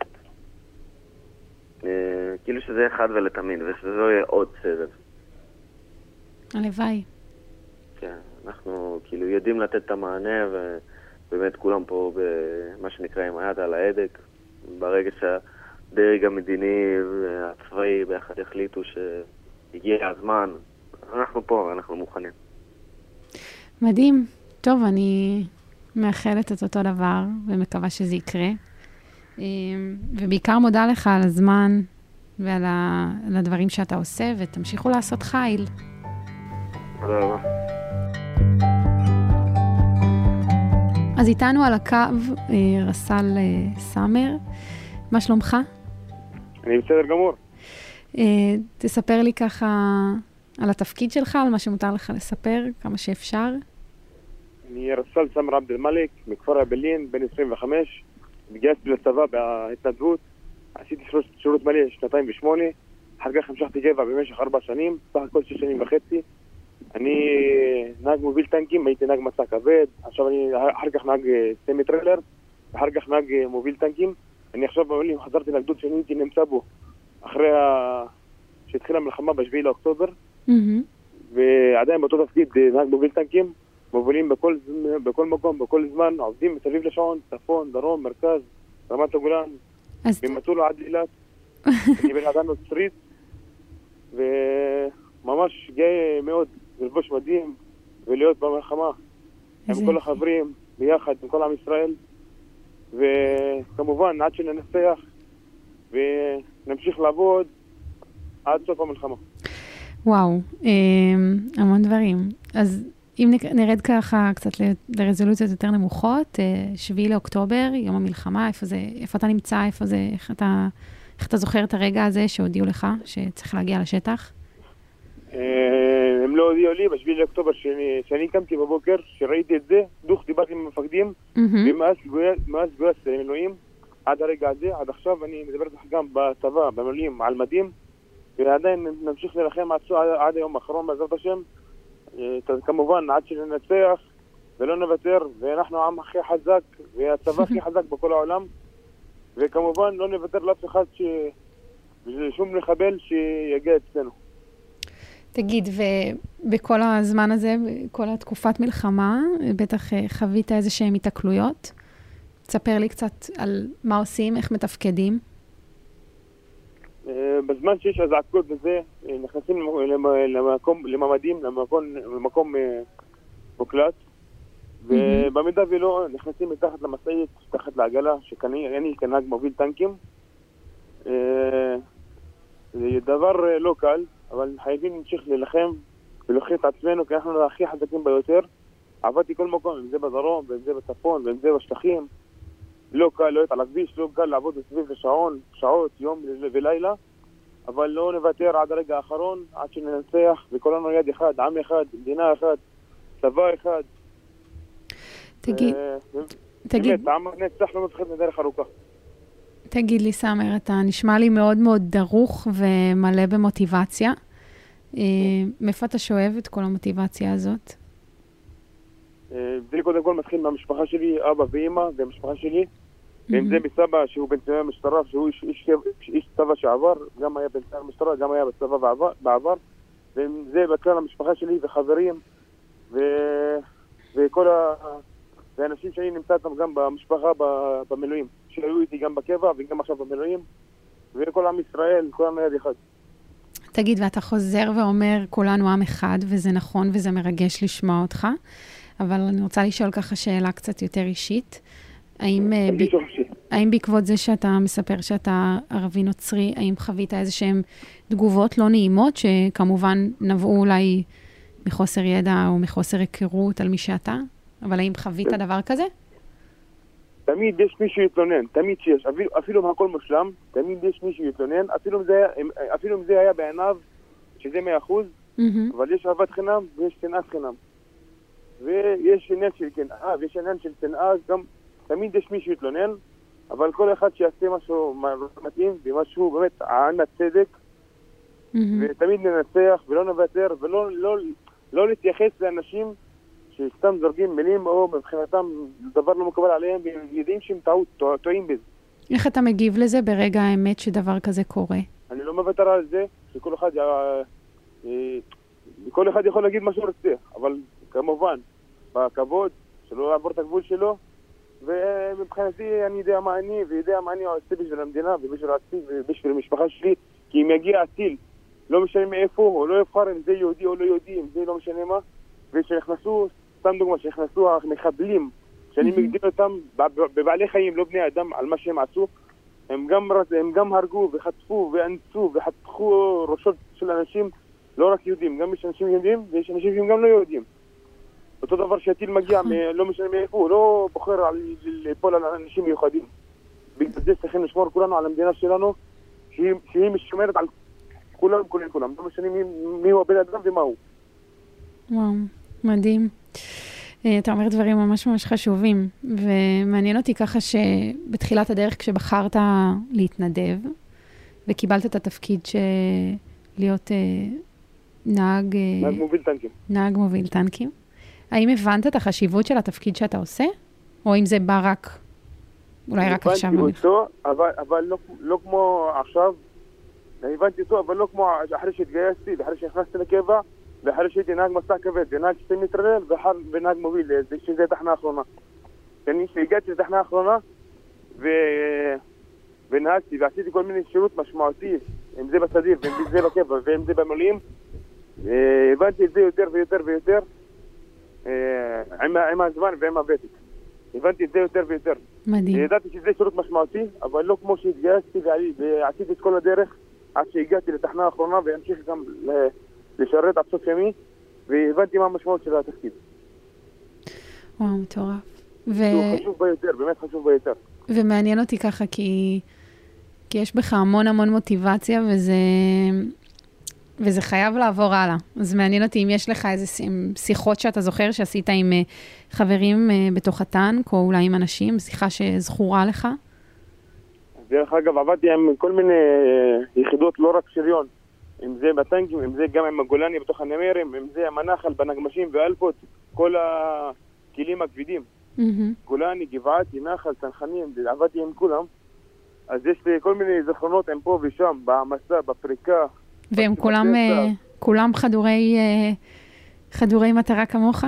אה, כאילו שזה אחד ולתמיד, ושזה לא יהיה עוד סבב. הלוואי. כן, אנחנו כאילו יודעים לתת את המענה, ובאמת כולם פה במה שנקרא עם היד על ההדק. ברגע שהדרג המדיני והצבאי ביחד החליטו שהגיע הזמן, אנחנו פה, אנחנו מוכנים. מדהים. טוב, אני מאחלת את אותו דבר, ומקווה שזה יקרה. אה, ובעיקר מודה לך על הזמן ועל ה- על הדברים שאתה עושה, ותמשיכו לעשות חיל. תודה רבה. אז איתנו על הקו אה, רס"ל אה, סאמר. מה שלומך? אני בסדר גמור. אה, תספר לי ככה על התפקיד שלך, על מה שמותר לך לספר, כמה שאפשר. אני רס"ל סאמר עבד אל-מלק, מכפר אעבלין, בן עשרים וחמש. התגייסתי לצבא בהתנדבות. עשיתי שירות- שירות מלא שנתיים ושמונה. אחר כך המשכתי קבע במשך ארבע שנים, סך הכל שש שנים וחצי. אני נהג מוביל טנקים, הייתי נהג מסע כבד. עכשיו אני אחר כך נהג אה, סמי טריילר, אחר כך נהג אה, מוביל טנקים. אני עכשיו בעולים, חזרתי לגדוד שאני הייתי נמצא בו אחרי ה... שהתחילה המלחמה בשביעי לאוקטובר. מהמם. ועדיין באותו תפקיד אה, נהג מוביל טנקים, מובילים בכל, ז- בכל מקום, בכל זמן, עובדים מסביב לשעון, צפון, דרום, מרכז, רמת הגולן, אז ממטולה עד אילת. אני בן אדם נוצרית, וממש גאה מאוד ללבוש מדים ולהיות במלחמה עם איזה כל יופי. החברים, ביחד עם כל עם ישראל, וכמובן עד שננצח ונמשיך לעבוד עד סוף המלחמה. וואו, אה, המון דברים. אז אם נק- נרד ככה קצת ל- לרזולוציות יותר נמוכות, אה, שביעי לאוקטובר, יום המלחמה, איפה זה, איפה אתה נמצא, איפה זה, איך אתה, איך אתה זוכר את הרגע הזה שהודיעו לך שצריך להגיע לשטח? אה, הם לא הודיעו לי בשביעי לאוקטובר שאני- שאני קמתי בבוקר, שראיתי את זה, דוך דיברתי עם המפקדים, מהמם. ומאז גויס- מאז גויסתי למילואים, עד הרגע הזה, עד עכשיו אני מדבר איתך גם בצבא, במילואים, על מדים, ועדיין נמשיך ללחם עד, עד, עד היום האחרון בעזרת השם, אה, כמובן עד שננצח ולא נוותר, ואנחנו העם הכי חזק והצבא הכי חזק בכל העולם, וכמובן לא נוותר לאף אחד, ש... שום מחבל שיגיע אצלנו. תגיד, ובכל הזמן הזה, בכל התקופת מלחמה, בטח אה, חווית איזה שהן התקלויות? תספר לי קצת על מה עושים, איך מתפקדים. אה, בזמן שיש אזעקות וזה, אה, נכנסים למ- למקום, לממדים, למקום, למקום אה, מוקלט, ובמידה ולא, נכנסים מתחת למשאית, מתחת לעגלה, שאני אני כנהג מוביל טנקים. אה, זה דבר אה, לא קל, אבל חייבים להמשיך להילחם ולהוכיח את עצמנו, כי אנחנו הכי חזקים ביותר. עבדתי כל מקום, אם זה בדרום, ואם זה בצפון, ואם זה בשטחים. לא קל להיות על הכביש, לא קל לעבוד מסביב לשעון, שעות, יום ולילה, אבל לא נוותר עד הרגע האחרון, עד שננצח, וכולנו יד אחד, עם אחד, מדינה אחת, צבא אחד. תגיד, אה, תגיד, באמת, העם נצח לא מפחד מדרך ארוכה. תגיד לי, סאמר, אתה נשמע לי מאוד מאוד דרוך ומלא במוטיבציה. אה, מאיפה אתה שואב את כל המוטיבציה הזאת? אה, זה קודם כל מתחיל מהמשפחה שלי, אבא ואמא והמשפחה שלי, ואם זה מסבא שהוא בן צבא משטרה, שהוא איש, איש, איש, איש צבא שעבר, גם היה בן צבא משטרה, גם היה בצבא בעבר, בעבר. ואם זה בכלל המשפחה שלי וחברים, ו... וכל ה... והאנשים שאני נמצא איתם גם במשפחה ב- במילואים, שהיו איתי גם בקבע וגם עכשיו במילואים, וכל עם ישראל, כולנו יד אחד. תגיד, ואתה חוזר ואומר, כולנו עם אחד, וזה נכון וזה מרגש לשמוע אותך, אבל אני רוצה לשאול ככה שאלה קצת יותר אישית. האם, ב... האם בעקבות זה שאתה מספר שאתה ערבי נוצרי, האם חווית איזה שהן תגובות לא נעימות, שכמובן נבעו אולי מחוסר ידע או מחוסר היכרות על מי שאתה? אבל האם חווית דבר כזה? תמיד יש מישהו יתלונן, תמיד שיש, אפילו, אפילו מהכל מושלם, תמיד יש מישהו יתלונן, אפילו אם זה, אפילו אם זה היה בעיניו, שזה מאה אחוז, mm-hmm. אבל יש אהבת חינם ויש שנאת חינם. ויש עניין של קנאה, ויש עניין של שנאה, גם תמיד יש מישהו יתלונן, אבל כל אחד שיעשה משהו מתאים, ומשהו באמת ען הצדק, mm-hmm. ותמיד ננצח ולא נוותר, ולא לא, לא להתייחס לאנשים שסתם זורגים מילים, או מבחינתם דבר לא מקובל עליהם, ויודעים שהם טעות, טועים בזה. איך אתה מגיב לזה ברגע האמת שדבר כזה קורה? אני לא מוותר על זה, שכל אחד, כל אחד יכול להגיד מה שהוא רוצה, אבל כמובן, בכבוד, שלא לעבור את הגבול שלו, ומבחינתי אני יודע מה אני, ויודע מה אני עושה בשביל המדינה, ובשביל עצמי, ובשביל המשפחה שלי, כי אם יגיע עתיל, לא משנה מאיפה, או לא יבחר אם זה יהודי או לא יהודי, אם זה לא משנה מה, ושנכנסו, סתם דוגמה, שנכנסו המחבלים, שאני מגדיר אותם בבעלי חיים, לא בני אדם, על מה שהם עשו, הם גם, הם גם הרגו וחטפו ואנסו וחתכו ראשות של אנשים, לא רק יהודים, גם יש אנשים יהודים ויש אנשים שהם גם לא יהודים. אותו דבר שהטיל מגיע, לא משנה מאיפה, הוא לא בוחר ליפול על אנשים מיוחדים. בגלל זה צריכים לשמור כולנו על המדינה שלנו, שהיא, שהיא משמרת על כולם, כולם, כולם. לא משנה מי, מי הוא הבן אדם ומה הוא. וואו, מדהים. אתה אומר דברים ממש ממש חשובים, ומעניין אותי ככה שבתחילת הדרך כשבחרת להתנדב, וקיבלת את התפקיד של להיות נהג... נהג מוביל טנקים. נהג מוביל טנקים. האם הבנת את החשיבות של התפקיד שאתה עושה? או אם זה בא רק, אולי רק עכשיו? הבנתי אותו, אבל, אבל לא, לא כמו עכשיו. הבנתי אותו, אבל לא כמו אחרי שהתגייסתי, ואחרי שהכנסתי לקבע, ואחרי שהייתי נהג מסע כבד, ונהג שתי מטרלל, ונהג מוביל, שזה תחנה האחרונה. אני שהגעתי לתחנה האחרונה, ו... ונהגתי, ועשיתי כל מיני שירות משמעותי, אם זה בסדיר, ואם זה בקבע, ואם זה במילואים, הבנתי את זה יותר ויותר ויותר, עם, עם הזמן ועם הוותק. הבנתי את זה יותר ויותר. מדהים. ידעתי שזה שירות משמעותי, אבל לא כמו שהתגייסתי ועשיתי את כל הדרך, עד שהגעתי לתחנה האחרונה, והמשיך גם לשרת עד סוף ימי, והבנתי מה המשמעות של התפקיד. וואו, מטורף. ו... הוא חשוב ביותר, באמת חשוב ביותר. ומעניין אותי ככה, כי, כי יש בך המון המון מוטיבציה, וזה, וזה חייב לעבור הלאה. אז מעניין אותי אם יש לך איזה שיחות שאתה זוכר שעשית עם חברים בתוך הטנק, או אולי עם אנשים, שיחה שזכורה לך? דרך אגב, עבדתי עם כל מיני יחידות, לא רק שריון. אם זה בטנקים, אם זה גם עם הגולני בתוך הנמרים, אם זה עם הנחל, בנגמשים ואלפות, כל הכלים הכבדים. Mm-hmm. גולני, גבעתי, נחל, צנחנים, עבדתי עם כולם. אז יש לי כל מיני זכרונות עם פה ושם, במסע, בפריקה. והם כולם, uh, כולם חדורי, uh, חדורי מטרה כמוך?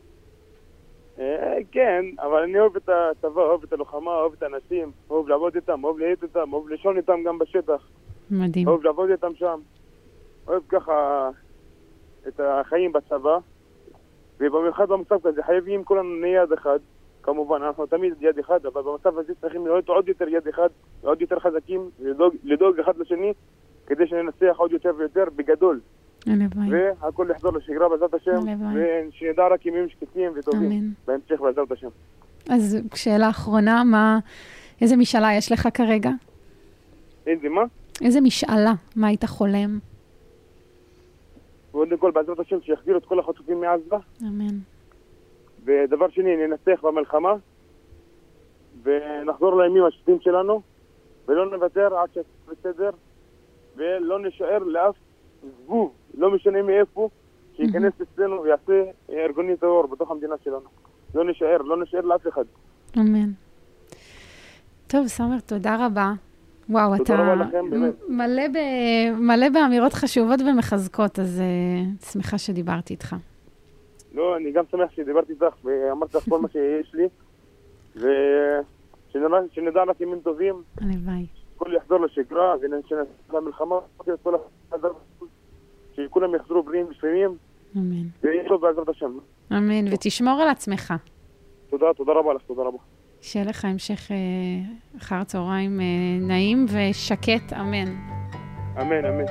Uh, כן, אבל אני אוהב את הצבא, אוהב את הלוחמה, אוהב את האנשים, אוהב לעבוד איתם, אוהב להיות איתם, אוהב לישון איתם גם בשטח. מדהים. אוהב לעבוד איתם שם. אוהב ככה את החיים בצבא, ובמיוחד במצב כזה, חייבים כולנו נהיה יד אחד, כמובן, אנחנו תמיד יד אחד, אבל במצב הזה צריכים להיות עוד יותר יד אחד, עוד יותר חזקים, לדאוג, לדאוג אחד לשני, כדי שננצח עוד יותר ויותר בגדול. הלוואי. והכל יחזור לשגרה בעזרת השם, ושנדע רק ימים שקטים וטובים. אמן. בהמשך בעזרת השם. אז שאלה אחרונה, מה, איזה משאלה יש לך כרגע? איזה מה? איזה משאלה, מה היית חולם? קודם כל, בעזרת השם, שיחזירו את כל החטופים מעזה. אמן. ודבר שני, ננצח במלחמה, ונחזור לימים השטים שלנו, ולא נוותר עד שזה בסדר, ולא נשאר לאף זבוב, לא משנה מאיפה, שייכנס אצלנו ויעשה ארגוני טרור בתוך המדינה שלנו. לא נשאר, לא נשאר לאף אחד. אמן. טוב, סמר, תודה רבה. וואו, אתה מלא, ב... מלא באמירות חשובות ומחזקות, אז uh, שמחה שדיברתי איתך. לא, אני גם שמח שדיברתי איתך, ואמרתי לך כל מה שיש לי, שנדע, שנדע רק ימים טובים. הלוואי. כל יחזור לשגרה, וננשא למלחמה, שכולם יחזרו בריאים ושלמים. אמן. ויהיה טוב בעזרת השם. אמן, ותשמור על עצמך. תודה, תודה רבה לך, תודה רבה. שיהיה לך המשך אה, אחר צהריים אה, נעים ושקט, אמן. אמן, אמן.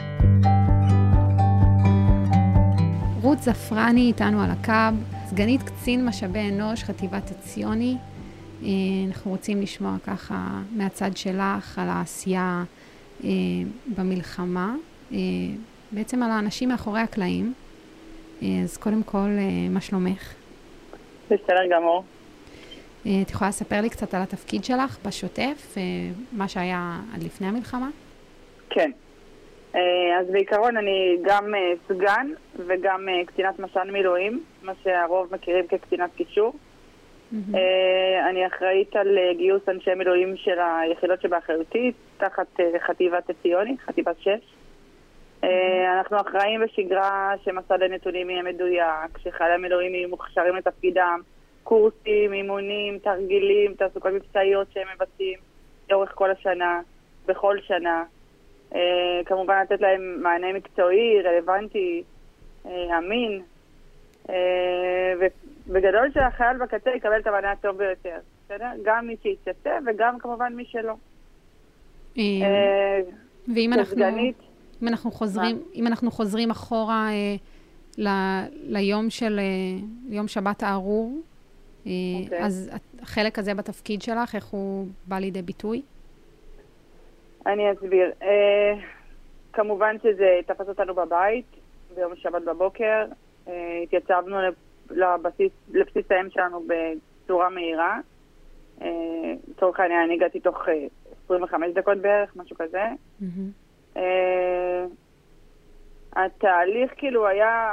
רות זפרני איתנו על הקו, סגנית קצין משאבי אנוש, חטיבת עציוני. אה, אנחנו רוצים לשמוע ככה מהצד שלך על העשייה אה, במלחמה, אה, בעצם על האנשים מאחורי הקלעים. אה, אז קודם כל, אה, מה שלומך? בסדר גמור. את יכולה לספר לי קצת על התפקיד שלך בשוטף, מה שהיה עד לפני המלחמה? כן. אז בעיקרון אני גם סגן וגם קצינת מש"ן מילואים, מה שהרוב מכירים כקצינת קישור. Mm-hmm. אני אחראית על גיוס אנשי מילואים של היחידות שבאחריותי, תחת חטיבת עציוני, חטיבת שש. Mm-hmm. אנחנו אחראים בשגרה שמסד הנתונים יהיה מדויק, שחיילי המילואים יהיו מוכשרים לתפקידם, קורסים, אימונים, תרגילים, תעסוקות מבצעיות שהם מבצעים לאורך כל השנה, בכל שנה. אה, כמובן לתת להם מענה מקצועי, רלוונטי, אה, אמין. אה, ובגדול שהחייל בקצה יקבל את המענה הטוב ביותר. בסדר? גם מי שיתייצב וגם כמובן מי שלא. אה, ואם אנחנו, כסגנית, אם אנחנו חוזרים, אם אנחנו חוזרים אחורה אה, ל, ליום של, אה, יום שבת הארור, Okay. אז החלק הזה בתפקיד שלך, איך הוא בא לידי ביטוי? אני אסביר. Uh, כמובן שזה תפס אותנו בבית, ביום שבת בבוקר. Uh, התייצבנו לבסיס, לבסיס האם שלנו בצורה מהירה. לצורך העניין, אני הגעתי תוך uh, עשרים וחמש דקות בערך, משהו כזה. Mm-hmm. Uh, התהליך כאילו היה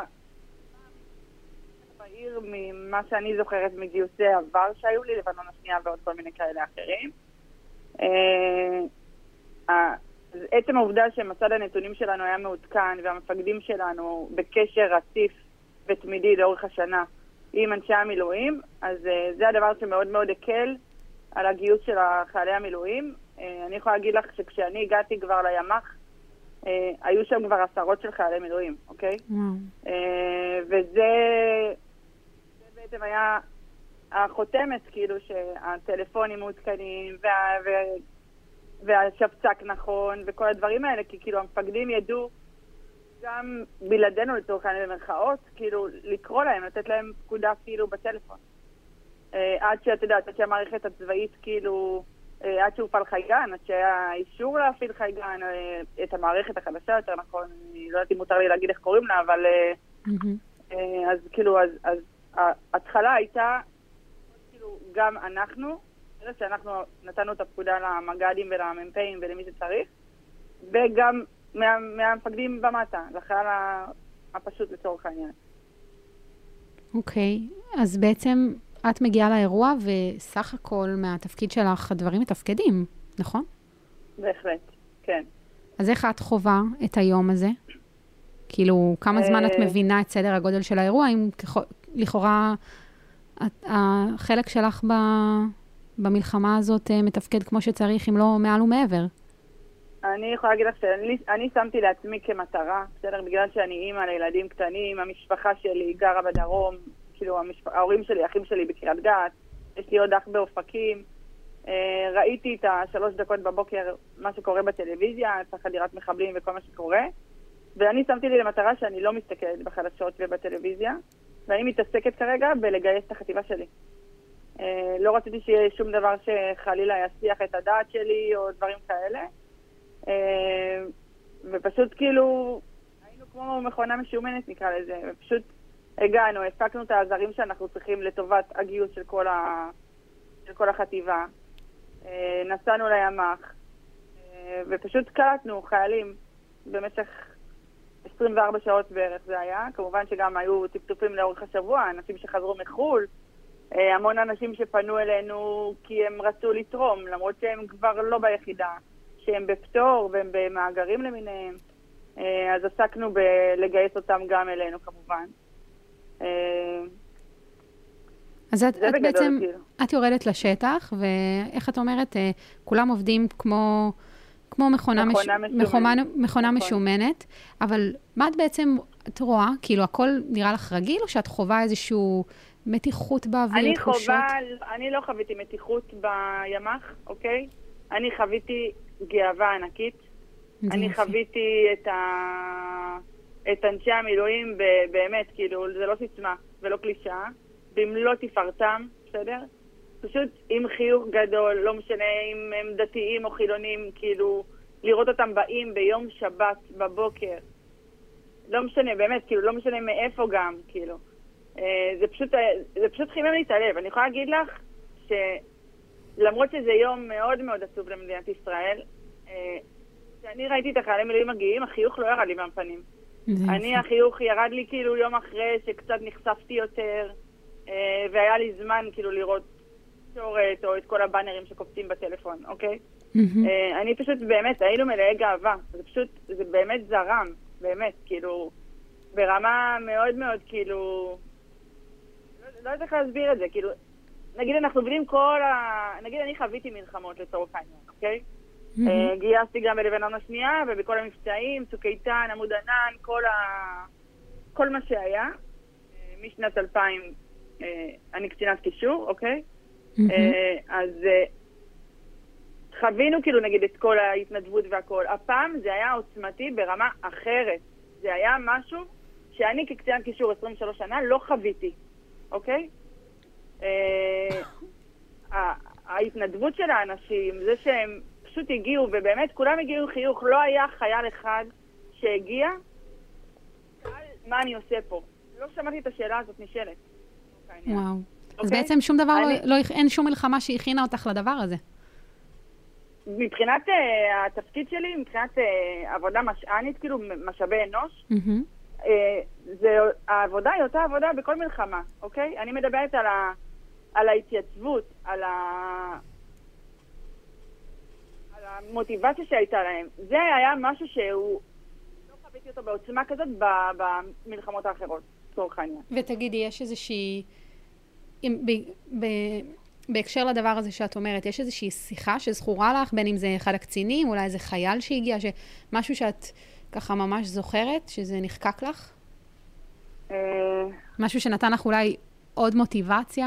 בעיר ממה שאני זוכרת מגיוסי עבר שהיו לי, לבנון השנייה ועוד כל מיני כאלה אחרים. עצם העובדה שמסד הנתונים שלנו היה מעודכן והמפקדים שלנו בקשר רציף ותמידי לאורך השנה עם אנשי המילואים, אז זה הדבר שמאוד מאוד הקל על הגיוס של חיילי המילואים. אני יכולה להגיד לך שכשאני הגעתי כבר לימ"ח, היו שם כבר עשרות של חיילי מילואים, אוקיי? וזה בעצם היה החותמת, כאילו שהטלפונים מעודכנים וה, והשפצק נכון וכל הדברים האלה, כי כאילו המפקדים ידעו גם בלעדינו לצורך העניין במרכאות, כאילו לקרוא להם, לתת להם פקודה כאילו בטלפון. עד שאת יודעת, עד שהמערכת הצבאית כאילו, עד שהופעל חייגן, עד שהיה אישור להפעיל חייגן, את המערכת החדשה יותר נכון, אני לא יודעת אם מותר לי להגיד איך קוראים לה, אבל mm-hmm. אז כאילו, אז, אז ההתחלה הייתה, כאילו, גם אנחנו, שאנחנו נתנו את הפקודה למג"דים ולמ"פים ולמי שצריך, וגם מה, מהמפקדים במטה, לחייל הפשוט לצורך העניין. אוקיי, okay. אז בעצם את מגיעה לאירוע וסך הכל מהתפקיד שלך הדברים מתפקדים, נכון? בהחלט, כן. אז איך את חובה את היום הזה? כאילו, כמה זמן את מבינה את סדר הגודל של האירוע, אם לכאורה החלק שלך במלחמה הזאת מתפקד כמו שצריך, אם לא מעל ומעבר? אני יכולה להגיד לך שאני שמתי לעצמי כמטרה, בסדר, בגלל שאני אימא לילדים קטנים, המשפחה שלי גרה בדרום, כאילו ההורים שלי, האחים שלי בקריית גת, יש לי עוד אח באופקים, ראיתי את השלוש דקות בבוקר מה שקורה בטלוויזיה, את החדירת מחבלים וכל מה שקורה, ואני שמתי לי למטרה שאני לא מסתכלת בחדשות ובטלוויזיה, ואני מתעסקת כרגע בלגייס את החטיבה שלי. לא רציתי שיהיה שום דבר שחלילה יסיח את הדעת שלי או דברים כאלה, ופשוט כאילו היינו כמו מכונה משומנת נקרא לזה, ופשוט הגענו, הפקנו את העזרים שאנחנו צריכים לטובת הגיוס של כל, ה... של כל החטיבה, נסענו לימ"ח ופשוט קלטנו חיילים במשך עשרים וארבע שעות בערך זה היה, כמובן שגם היו טפטופים לאורך השבוע, אנשים שחזרו מחול, המון אנשים שפנו אלינו כי הם רצו לתרום, למרות שהם כבר לא ביחידה, שהם בפטור והם במאגרים למיניהם, אז עסקנו בלגייס אותם גם אלינו כמובן. אז את, זה את בגדול, בעצם, כאילו. את יורדת לשטח, ואיך את אומרת, אה, כולם עובדים כמו, כמו מכונה, מכונה מש, משומנת. מכונה, מכונה נכון. משומנת, אבל מה את בעצם, את רואה, כאילו הכל נראה לך רגיל, או שאת חובה איזשהו מתיחות באוויר, אני תחושות? חובה, אני לא חוויתי מתיחות בימ"ח, אוקיי? אני חוויתי גאווה ענקית. אני יופי. חוויתי את, ה... את אנשי המילואים ב- באמת, כאילו, זה לא סיסמה ולא קלישאה, במלוא תפארתם, בסדר? פשוט עם חיוך גדול, לא משנה אם הם דתיים או חילונים, כאילו, לראות אותם באים ביום שבת בבוקר. לא משנה, באמת, כאילו, לא משנה מאיפה גם, כאילו. אה, זה פשוט, זה פשוט חימם לי את הלב. אני יכולה להגיד לך שלמרות שזה יום מאוד מאוד עצוב למדינת ישראל, אה, כשאני ראיתי את החיילים מילואים מגיעים, החיוך לא ירד לי מהפנים. אני, החיוך ירד לי כאילו יום אחרי שקצת נחשפתי יותר, אה, והיה לי זמן כאילו לראות תקשורת או את כל הבאנרים שקופצים בטלפון, אוקיי? אה, אני פשוט באמת, היינו מלאי גאווה. זה פשוט, זה באמת זרם, באמת, כאילו, ברמה מאוד מאוד כאילו, לא, לא יודעת איך להסביר את זה, כאילו, נגיד אנחנו עובדים כל ה... נגיד אני חוויתי מלחמות לצורך העניין, אוקיי? Uh, גייסתי גם בלבנון השנייה, ובכל המבצעים, צוק איתן, עמוד ענן, כל, ה... כל מה שהיה. Uh, משנת אלפיים uh, אני קצינת קישור, אוקיי? Uh, אז uh, חווינו כאילו נגיד את כל ההתנדבות והכל. הפעם זה היה עוצמתי ברמה אחרת. זה היה משהו שאני כקצינת קישור עשרים ושלוש שנה לא חוויתי, אוקיי? Uh, ההתנדבות של האנשים, זה שהם פשוט הגיעו, ובאמת כולם הגיעו עם חיוך, לא היה חייל אחד שהגיע, מה אני עושה פה? לא שמעתי את השאלה הזאת נשאלת. וואו. אוקיי? אז בעצם שום דבר, אני... לא, לא, אין שום מלחמה שהכינה אותך לדבר הזה. מבחינת uh, התפקיד שלי, מבחינת uh, עבודה משענית, כאילו משאבי אנוש, Mm-hmm. uh, זה, העבודה היא אותה עבודה בכל מלחמה, אוקיי? אני מדברת על, ה, על ההתייצבות, על ה... המוטיבציה שהייתה להם. זה היה משהו שהוא לא חוויתי אותו בעוצמה כזאת במלחמות האחרות, צורך העניין. ותגידי, יש איזושהי, ב, ב, בהקשר לדבר הזה שאת אומרת, יש איזושהי שיחה שזכורה לך, בין אם זה אחד הקצינים, אולי איזה חייל שהגיע, משהו שאת ככה ממש זוכרת, שזה נחקק לך? משהו שנתן לך אולי עוד מוטיבציה?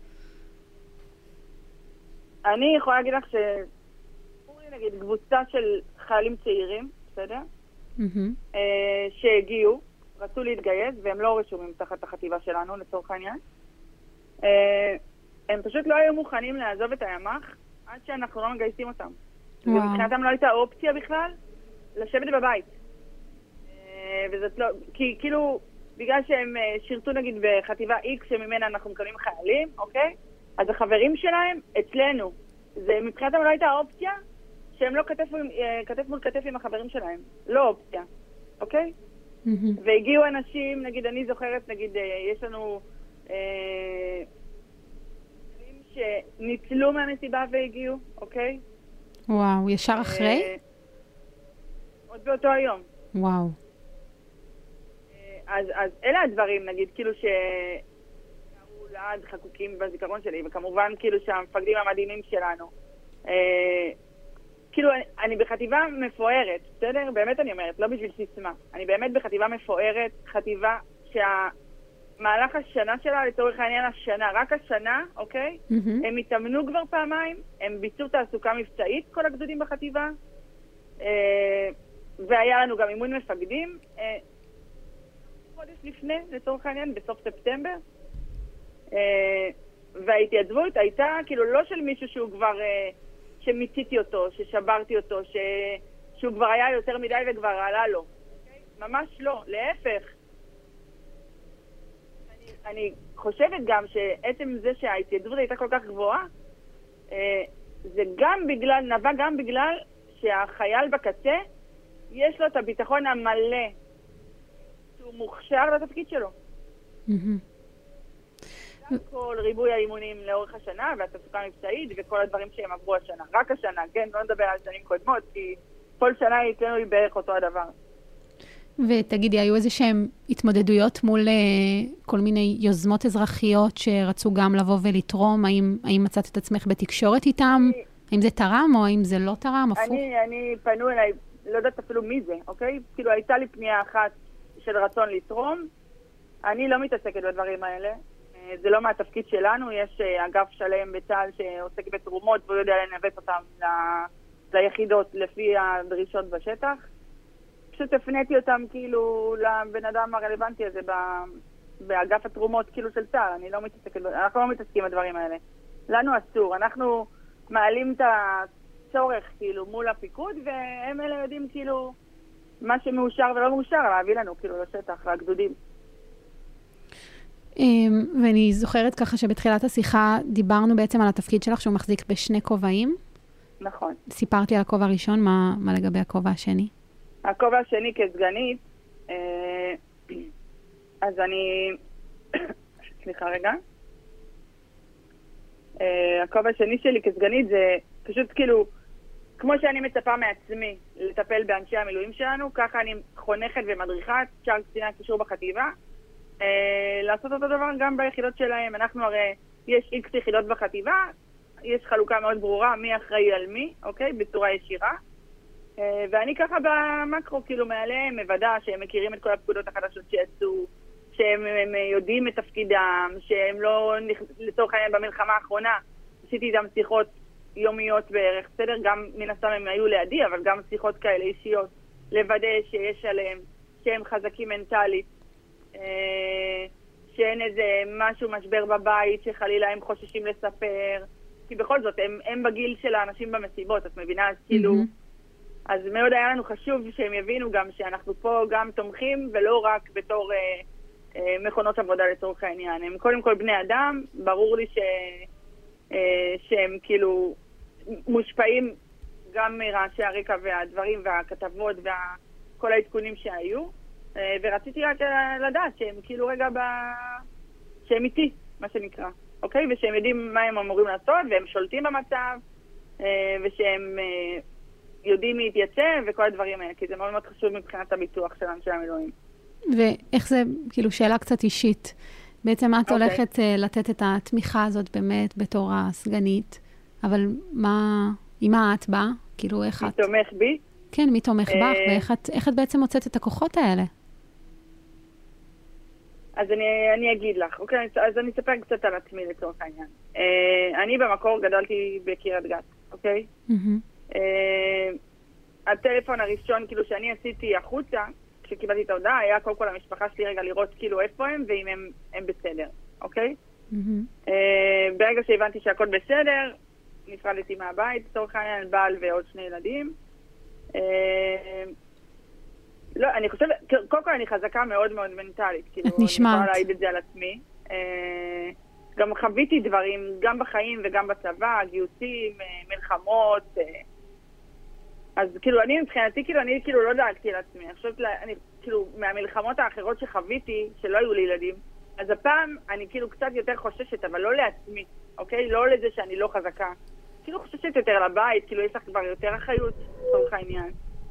אני יכולה להגיד לך ש... נגיד, קבוצה של חיילים צעירים, בסדר? Mm-hmm. אה, שהגיעו, רצו להתגייס, והם לא רשומים תחת החטיבה שלנו, לצורך העניין. אה, הם פשוט לא היו מוכנים לעזוב את הימ"ח, עד שאנחנו לא מגייסים אותם. וואו. ומבחינתם לא הייתה אופציה בכלל, לשבת בבית. אה, וזאת לא, כי כאילו, בגלל שהם שירתו נגיד בחטיבה X, שממנה אנחנו מקבלים חיילים, אוקיי? אז החברים שלהם אצלנו. זה מבחינתם לא הייתה אופציה, שהם לא כתף, כתף מול כתף עם החברים שלהם. לא אופציה, אוקיי? Mm-hmm. והגיעו אנשים, נגיד, אני זוכרת, נגיד, יש לנו אה, שניצלו מהמסיבה והגיעו, אוקיי? וואו, ישר אחרי? אה, עוד באותו היום. וואו. אה, אז, אז אלה הדברים, נגיד, כאילו ש... לעד חקוקים בזיכרון שלי, וכמובן כאילו שהמפקדים המדהימים שלנו. אה, כאילו, אני, אני בחטיבה מפוארת, בסדר? באמת אני אומרת, לא בשביל סיסמה. אני באמת בחטיבה מפוארת, חטיבה שהמהלך השנה שלה, לצורך העניין השנה, רק השנה, אוקיי? Mm-hmm. הם התאמנו כבר פעמיים, הם ביצעו תעסוקה מבצעית, כל הגדודים בחטיבה, אה, והיה לנו גם אימון מפקדים, אה, חודש לפני, לצורך העניין, בסוף ספטמבר, אה, וההתייצבות הייתה כאילו לא של מישהו שהוא כבר... אה, שמיציתי אותו, ששברתי אותו, ש... שהוא כבר היה יותר מדי וכבר עלה לו. Okay? ממש לא, להפך. אני, אני חושבת גם שעצם זה שההתייצבות הייתה כל כך גבוהה, אה, זה גם בגלל, נבע גם בגלל שהחייל בקצה, יש לו את הביטחון המלא, שהוא מוכשר לתפקיד שלו. Mm-hmm. כל ריבוי האימונים לאורך השנה, והתעסוקה המבצעית, וכל הדברים שהם עברו השנה. רק השנה, כן? לא נדבר על שנים קודמות, כי כל שנה אצלנו היא בערך אותו הדבר. ותגידי, היו איזה שהן התמודדויות מול כל מיני יוזמות אזרחיות שרצו גם לבוא ולתרום? האם, האם מצאת את עצמך בתקשורת איתם? אני, האם זה תרם או האם זה לא תרם? הפוך? אני, אני פנו אליי, לא יודעת אפילו מי זה, אוקיי? כאילו הייתה לי פנייה אחת של רצון לתרום. אני לא מתעסקת בדברים האלה. זה לא מהתפקיד שלנו, יש אגף שלם בצה"ל שעוסק בתרומות והוא יודע לנווט אותם ל... ליחידות לפי הדרישות בשטח. פשוט הפניתי אותם כאילו לבן אדם הרלוונטי הזה באגף התרומות כאילו של צה"ל. אני לא מתעסקת, אנחנו לא מתעסקים בדברים האלה. לנו אסור, אנחנו מעלים את הצורך כאילו מול הפיקוד והם אלה יודעים כאילו מה שמאושר ולא מאושר להביא לנו כאילו לשטח, לגדודים. ואני זוכרת ככה שבתחילת השיחה דיברנו בעצם על התפקיד שלך שהוא מחזיק בשני כובעים. נכון. סיפרתי על הכובע הראשון, מה, מה לגבי הכובע השני? הכובע השני כסגנית, אז אני... סליחה רגע. הכובע השני שלי כסגנית זה פשוט כאילו, כמו שאני מצפה מעצמי לטפל באנשי המילואים שלנו, ככה אני חונכת ומדריכה את שאר קציני הקישור בחטיבה, לעשות אותו דבר גם ביחידות שלהם. אנחנו הרי, יש איקס יחידות בחטיבה, יש חלוקה מאוד ברורה מי אחראי על מי, אוקיי? בצורה ישירה. ואני ככה במקרו, כאילו מעליהם, מוודא שהם מכירים את כל הפקודות החדשות שיצאו, שהם יודעים את תפקידם, שהם לא, לצורך העניין במלחמה האחרונה, עשיתי איתם שיחות יומיות בערך, בסדר? גם מן הסתם הם היו לידי, אבל גם שיחות כאלה אישיות, לוודא שיש עליהם, שהם חזקים מנטלית, שאין איזה משהו משבר בבית, שחלילה הם חוששים לספר, כי בכל זאת, הם, הם בגיל של האנשים במסיבות, את מבינה? אז כאילו, אז מאוד היה לנו חשוב שהם יבינו גם שאנחנו פה גם תומכים, ולא רק בתור אה, אה, מכונות עבודה לצורך העניין. הם קודם כל בני אדם, ברור לי ש, אה, שהם כאילו מושפעים גם מרעשי הרקע והדברים והכתבות וכל העדכונים שהיו, אה, ורציתי רק לדעת שהם כאילו רגע ב... שהם איתי, מה שנקרא. אוקיי? ושהם יודעים מה הם אמורים לעשות, והם שולטים במצב, ושהם יודעים מי יתייצב, וכל הדברים האלה, כי זה מאוד מאוד חשוב מבחינת הביטוח של אנשי המילואים. ואיך זה, כאילו, שאלה קצת אישית. בעצם את הולכת לתת את התמיכה הזאת באמת בתור הסגנית, אבל מה, עם מה את באה? כאילו, איך את... מי תומך בי? כן, מי תומך בך, ואיך את, איך את בעצם מוצאת את הכוחות האלה? אז אני, אני אגיד לך, אוקיי? אז אני אספר קצת על עצמי לצורך העניין. אה, אני במקור גדלתי בקריית גת, אוקיי? Mm-hmm. אה, הטלפון הראשון, כאילו, שאני עשיתי החוצה, כשקיבלתי את ההודעה, היה קודם כל המשפחה שלי רגע לראות כאילו איפה הם, ואם הם, הם בסדר, אוקיי? Mm-hmm. אה, ברגע שהבנתי שהכל בסדר, נפרדתי מהבית, לצורך העניין, בעל ועוד שני ילדים. אה, לא, אני חושבת, קודם כל אני חזקה מאוד מאוד מנטלית, כאילו, אני יכולה להעיד את זה על עצמי. גם חוויתי דברים, גם בחיים וגם בצבא, גיוסים, מלחמות. אז כאילו, אני מבחינתי, כאילו, אני כאילו לא דאגתי על עצמי. אני חושבת, אני, כאילו, מהמלחמות האחרות שחוויתי, שלא היו לי ילדים, אז הפעם אני כאילו קצת יותר חוששת, אבל לא לעצמי, אוקיי? לא לזה שאני לא חזקה. כאילו חוששת יותר לבית, כאילו יש לך כבר יותר אחריות, לצורך העניין.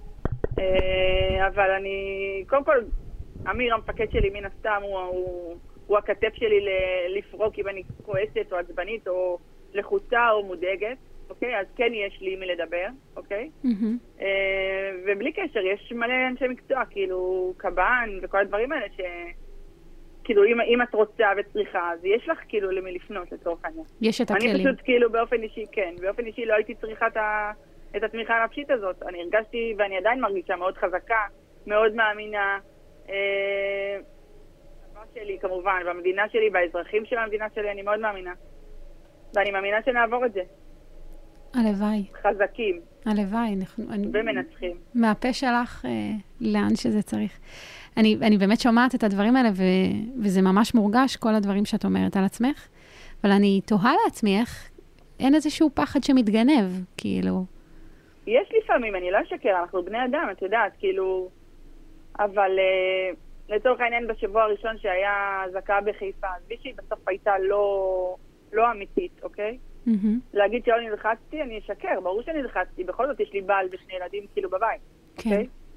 אבל אני, קודם כל, אמיר המפקד שלי מן הסתם הוא, הוא, הוא הכתף שלי לפרוק אם אני כועסת או עצבנית או לחוצה או מודאגת, אוקיי? אז כן יש לי מי לדבר, אוקיי? Mm-hmm. ובלי קשר, יש מלא אנשי מקצוע, כאילו קב"ן וכל הדברים האלה ש... כאילו אם, אם את רוצה וצריכה, אז יש לך כאילו למי לפנות לצורך העניין. יש את הכלים. אני פשוט כאילו באופן אישי, כן, באופן אישי לא הייתי צריכה את ה... את התמיכה הנפשית הזאת. אני הרגשתי, ואני עדיין מרגישה מאוד חזקה, מאוד מאמינה, אה, בצבא שלי כמובן, במדינה שלי, באזרחים של המדינה שלי, אני מאוד מאמינה. ואני מאמינה שנעבור את זה. הלוואי. חזקים. הלוואי. ומנצחים. מהפה שלך, אה, לאן שזה צריך. אני, אני באמת שומעת את הדברים האלה, ו, וזה ממש מורגש, כל הדברים שאת אומרת על עצמך, אבל אני תוהה לעצמי איך, אין איזשהו פחד שמתגנב, כאילו... יש לפעמים, אני לא אשקר, אנחנו בני אדם, את יודעת, כאילו... אבל uh, לצורך העניין בשבוע הראשון שהיה זכאה בחיפה, אז מישהי בסוף הייתה לא, לא אמיתית, אוקיי? Mm-hmm. להגיד שלא נלחצתי, אני אשקר, ברור שנלחצתי, בכל זאת יש לי בעל ושני ילדים כאילו בבית, כן. אוקיי?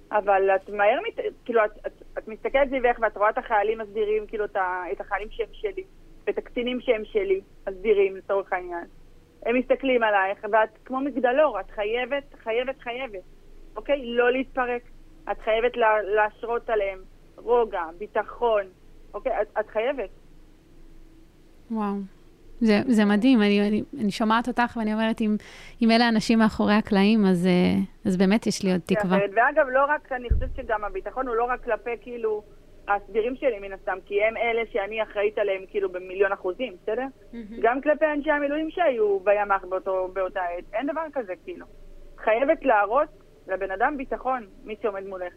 אבל את מהר, מת... כאילו, את, את, את מסתכלת סביבך ואת רואה את החיילים מסדירים, כאילו, את, ה... את החיילים שהם שלי, ואת הקצינים שהם שלי, מסדירים, לצורך העניין. הם מסתכלים עלייך, ואת כמו מגדלור, את חייבת, חייבת, חייבת, אוקיי? לא להתפרק. את חייבת לה... להשרות עליהם רוגע, ביטחון, אוקיי? את, את חייבת. וואו. זה, זה מדהים, אני, אני, אני שומעת אותך ואני אומרת, אם, אם אלה אנשים מאחורי הקלעים, אז, אז באמת יש לי עוד תקווה. ואגב, לא רק, אני חושבת שגם הביטחון הוא לא רק כלפי, כאילו, הסדירים שלי מן הסתם, כי הם אלה שאני אחראית עליהם, כאילו, במיליון אחוזים, בסדר? Mm-hmm. גם כלפי אנשי המילואים שהיו בימ"ח באותו, באותה עת, אין דבר כזה, כאילו. חייבת להראות לבן אדם ביטחון, מי שעומד מולך.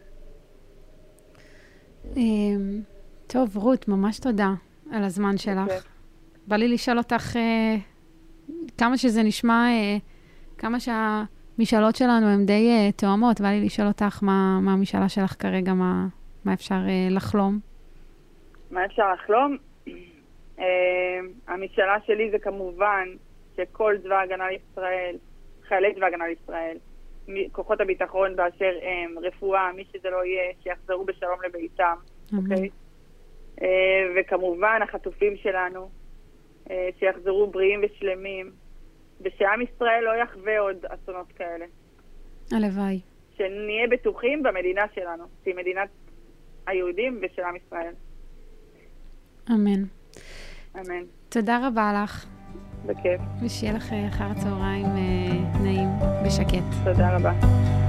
טוב, רות, ממש תודה על הזמן שלך. בא לי לשאול אותך אה, כמה שזה נשמע, אה, כמה שהמשאלות שלנו הן די אה, תואמות, בא לי לשאול אותך מה, מה המשאלה שלך כרגע, מה, מה אפשר אה, לחלום? מה אפשר לחלום? אה, המשאלה שלי זה כמובן שכל צבא הגנה לישראל, חיילי צבא הגנה לישראל, כוחות הביטחון באשר הם, רפואה, מי שזה לא יהיה, שיחזרו בשלום לביתם, אוקיי? אה, וכמובן החטופים שלנו, שיחזרו בריאים ושלמים, ושעם ישראל לא יחווה עוד אסונות כאלה. הלוואי. שנהיה בטוחים במדינה שלנו, שהיא מדינת היהודים ושל עם ישראל. אמן. אמן. תודה רבה לך. בכיף. ושיהיה לך אחר הצהריים נעים ושקט. תודה רבה.